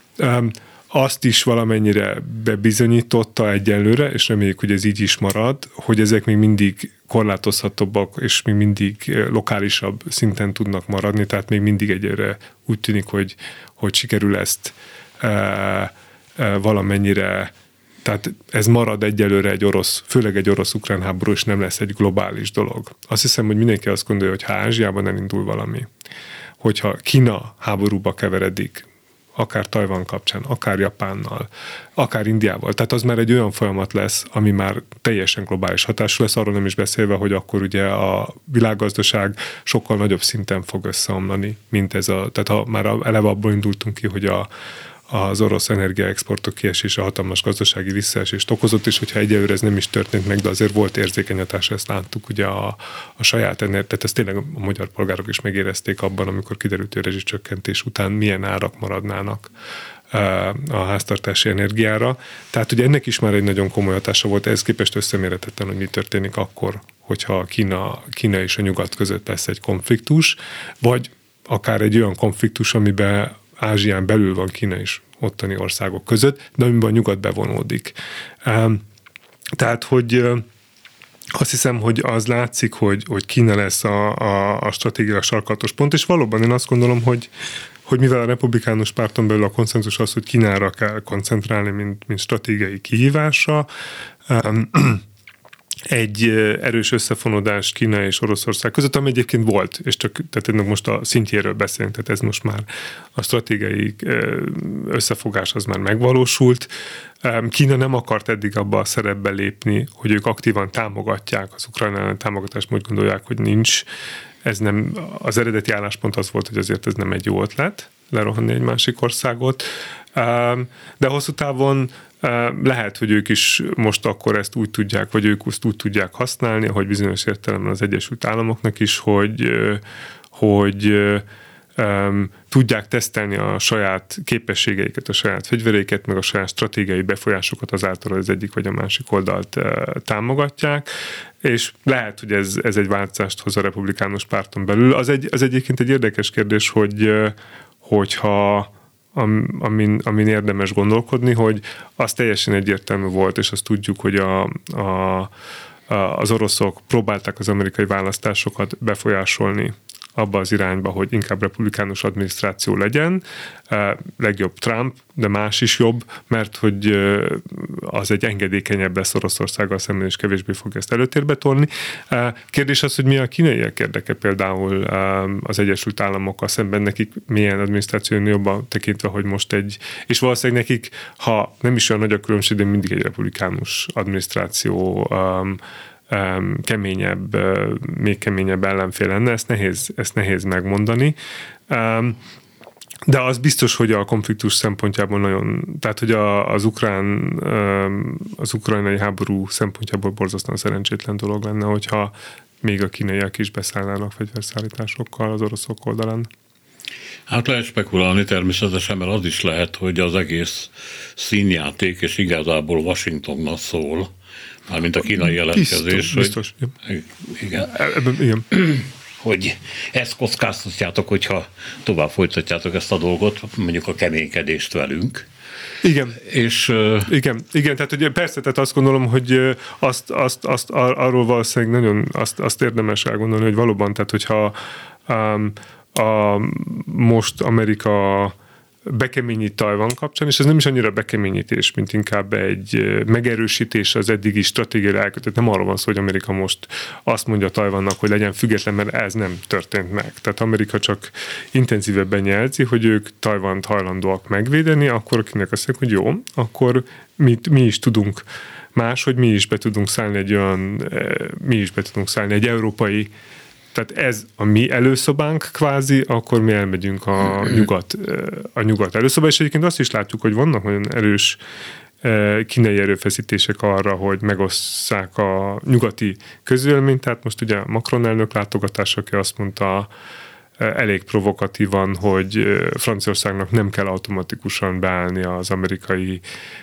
Azt is valamennyire bebizonyította egyelőre, és reméljük, hogy ez így is marad, hogy ezek még mindig korlátozhatóbbak, és még mindig lokálisabb szinten tudnak maradni, tehát még mindig egyelőre úgy tűnik, hogy, hogy sikerül ezt e, e, valamennyire, tehát ez marad egyelőre egy orosz, főleg egy orosz-ukrán háború, és nem lesz egy globális dolog. Azt hiszem, hogy mindenki azt gondolja, hogy ha Ázsiában elindul valami, hogyha Kína háborúba keveredik, akár Tajvan kapcsán, akár Japánnal, akár Indiával. Tehát az már egy olyan folyamat lesz, ami már teljesen globális hatású lesz, arról nem is beszélve, hogy akkor ugye a világgazdaság sokkal nagyobb szinten fog összeomlani, mint ez a, tehát ha már eleve abból indultunk ki, hogy a, az orosz energiaexportok kiesése hatalmas gazdasági visszaesést okozott, és hogyha egyelőre ez nem is történt meg, de azért volt érzékeny hatása, ezt láttuk ugye a, a saját energiát, tehát ezt tényleg a magyar polgárok is megérezték abban, amikor kiderült, hogy a rezsicsökkentés után milyen árak maradnának a háztartási energiára. Tehát ugye ennek is már egy nagyon komoly hatása volt, ehhez képest összemérhetetlen, hogy mi történik akkor, hogyha Kína, Kína és a nyugat között lesz egy konfliktus, vagy akár egy olyan konfliktus, amiben Ázsián belül van Kína és ottani országok között, de amiben a nyugat bevonódik. Tehát, hogy azt hiszem, hogy az látszik, hogy, hogy Kína lesz a, a, a stratégiai sarkalatos pont, és valóban én azt gondolom, hogy, hogy mivel a republikánus párton belül a konszenzus az, hogy Kínára kell koncentrálni, mint, mint stratégiai kihívásra, egy erős összefonódás Kína és Oroszország között, ami egyébként volt, és csak tehát ennek most a szintjéről beszélünk, tehát ez most már a stratégiai összefogás az már megvalósult. Kína nem akart eddig abba a szerepbe lépni, hogy ők aktívan támogatják az Ukrajna támogatást, úgy gondolják, hogy nincs. Ez nem, az eredeti álláspont az volt, hogy azért ez nem egy jó ötlet, lerohanni egy másik országot, de hosszú távon lehet, hogy ők is most akkor ezt úgy tudják, vagy ők ezt úgy tudják használni, ahogy bizonyos értelemben az Egyesült Államoknak is, hogy, hogy um, tudják tesztelni a saját képességeiket, a saját fegyvereiket, meg a saját stratégiai befolyásokat azáltal, hogy az egyik vagy a másik oldalt uh, támogatják, és lehet, hogy ez, ez egy változást hoz a republikánus párton belül. Az, egy, az egyébként egy érdekes kérdés, hogy hogyha Amin, amin érdemes gondolkodni, hogy az teljesen egyértelmű volt, és azt tudjuk, hogy a, a, a, az oroszok próbálták az amerikai választásokat befolyásolni abba az irányba, hogy inkább republikánus adminisztráció legyen, legjobb Trump, de más is jobb, mert hogy az egy engedékenyebb lesz Oroszországgal szemben, és kevésbé fog ezt előtérbe tolni. Kérdés az, hogy mi a kínaiak érdeke például az Egyesült Államokkal szemben, nekik milyen adminisztráció jobban tekintve, hogy most egy, és valószínűleg nekik, ha nem is olyan nagy a különbség, de mindig egy republikánus adminisztráció Um, keményebb, uh, még keményebb ellenfél lenne, ezt nehéz, ezt nehéz megmondani. Um, de az biztos, hogy a konfliktus szempontjából nagyon, tehát hogy a, az ukrán, um, az ukrajnai háború szempontjából borzasztóan szerencsétlen dolog lenne, hogyha még a kínaiak is beszállnának fegyverszállításokkal az oroszok oldalán. Hát lehet spekulálni természetesen, mert az is lehet, hogy az egész színjáték, és igazából Washingtonnak szól, mármint a kínai jelentkezés. Biztos, biztos. Hogy, igen. Ebben, igen. Hogy ezt kockáztatjátok, hogyha tovább folytatjátok ezt a dolgot, mondjuk a keménykedést velünk. Igen. És, igen, igen, tehát ugye persze, tehát azt gondolom, hogy azt, azt, azt arról valószínűleg nagyon azt, azt érdemes elgondolni, hogy valóban, tehát hogyha um, a, most Amerika bekeményít Tajvan kapcsán, és ez nem is annyira bekeményítés, mint inkább egy megerősítés az eddigi stratégiai elkötött. Nem arról van szó, hogy Amerika most azt mondja Tajvannak, hogy legyen független, mert ez nem történt meg. Tehát Amerika csak intenzívebben jelzi, hogy ők Tajvant hajlandóak megvédeni, akkor akinek azt mondják, hogy jó, akkor mi, mi is tudunk más, hogy mi is be tudunk szállni egy olyan, mi is be tudunk szállni egy európai, tehát ez a mi előszobánk kvázi, akkor mi elmegyünk a nyugat, a nyugat előszobába, és egyébként azt is látjuk, hogy vannak olyan erős kínai erőfeszítések arra, hogy megosszák a nyugati közvéleményt, tehát most ugye Macron elnök látogatása, aki azt mondta elég provokatívan, hogy Franciaországnak nem kell automatikusan beállni az amerikai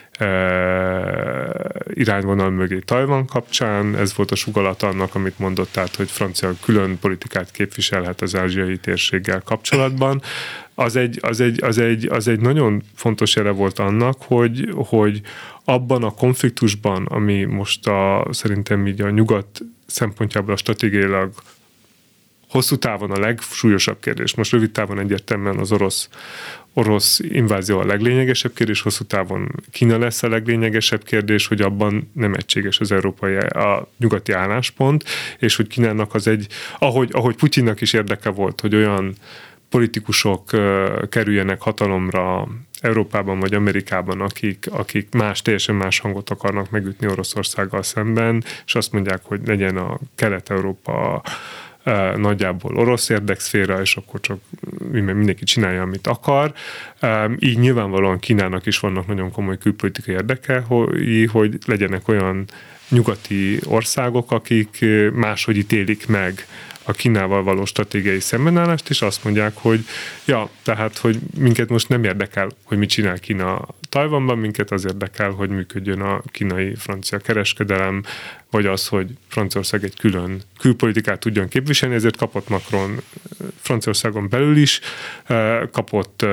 irányvonal mögé Tajvan kapcsán. Ez volt a sugallat annak, amit mondott, tehát, hogy Francia külön politikát képviselhet az ázsiai térséggel kapcsolatban. Az egy, az egy, az egy, az egy nagyon fontos jele volt annak, hogy, hogy abban a konfliktusban, ami most a, szerintem így a nyugat szempontjából a stratégiailag hosszú távon a legsúlyosabb kérdés. Most rövid távon egyértelműen az orosz orosz invázió a leglényegesebb kérdés, hosszú távon Kína lesz a leglényegesebb kérdés, hogy abban nem egységes az európai, a nyugati álláspont, és hogy Kínának az egy, ahogy, ahogy Putyinnak is érdeke volt, hogy olyan politikusok kerüljenek hatalomra Európában vagy Amerikában, akik, akik más, teljesen más hangot akarnak megütni Oroszországgal szemben, és azt mondják, hogy legyen a Kelet-Európa nagyjából orosz érdekszféra, és akkor csak mindenki csinálja, amit akar. Így nyilvánvalóan Kínának is vannak nagyon komoly külpolitikai érdeke, hogy legyenek olyan nyugati országok, akik máshogy ítélik meg a Kínával való stratégiai szembenállást, és azt mondják, hogy ja, tehát, hogy minket most nem érdekel, hogy mit csinál Kína Tajvanban, minket az érdekel, hogy működjön a kínai-francia kereskedelem, vagy az, hogy Franciaország egy külön külpolitikát tudjon képviselni, ezért kapott Macron Franciaországon belül is, kapott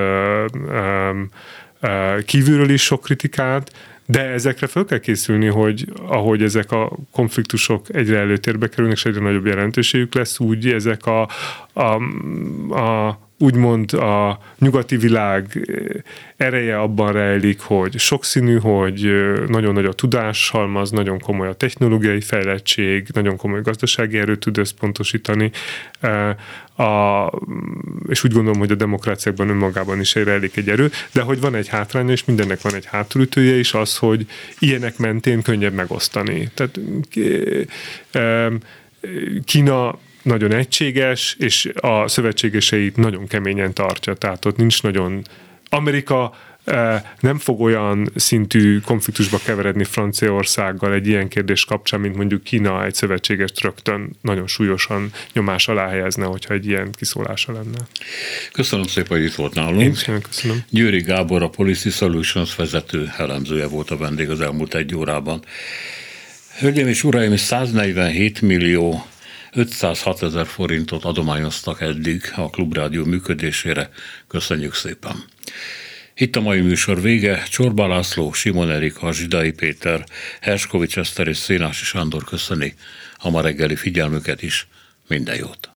kívülről is sok kritikát, de ezekre fel kell készülni, hogy ahogy ezek a konfliktusok egyre előtérbe kerülnek, és egyre nagyobb jelentőségük lesz, úgy ezek a, a, a úgymond a nyugati világ ereje abban rejlik, hogy sokszínű, hogy nagyon nagy a tudáshalmaz, nagyon komoly a technológiai fejlettség, nagyon komoly gazdasági erőt tud összpontosítani, a, és úgy gondolom, hogy a demokráciákban önmagában is rejlik egy erő, de hogy van egy hátránya, és mindennek van egy hátulütője is, az, hogy ilyenek mentén könnyebb megosztani. Tehát Kína nagyon egységes, és a szövetségeseit nagyon keményen tartja, tehát ott nincs nagyon... Amerika nem fog olyan szintű konfliktusba keveredni Franciaországgal egy ilyen kérdés kapcsán, mint mondjuk Kína egy szövetségest rögtön nagyon súlyosan nyomás alá helyezne, hogyha egy ilyen kiszólása lenne. Köszönöm szépen, hogy itt volt nálunk. Én sem köszönöm. Győri Gábor, a Policy Solutions vezető elemzője volt a vendég az elmúlt egy órában. Hölgyeim és uraim, száznegyvenhét millió ötszázhat ezer forintot adományoztak eddig a Klubrádió működésére. Köszönjük szépen! Itt a mai műsor vége. Csorba László, Simon Erika, Zsidai Péter, Herskovics Eszter és Szénási Sándor köszöni a ma reggeli figyelmüket is. Minden jót!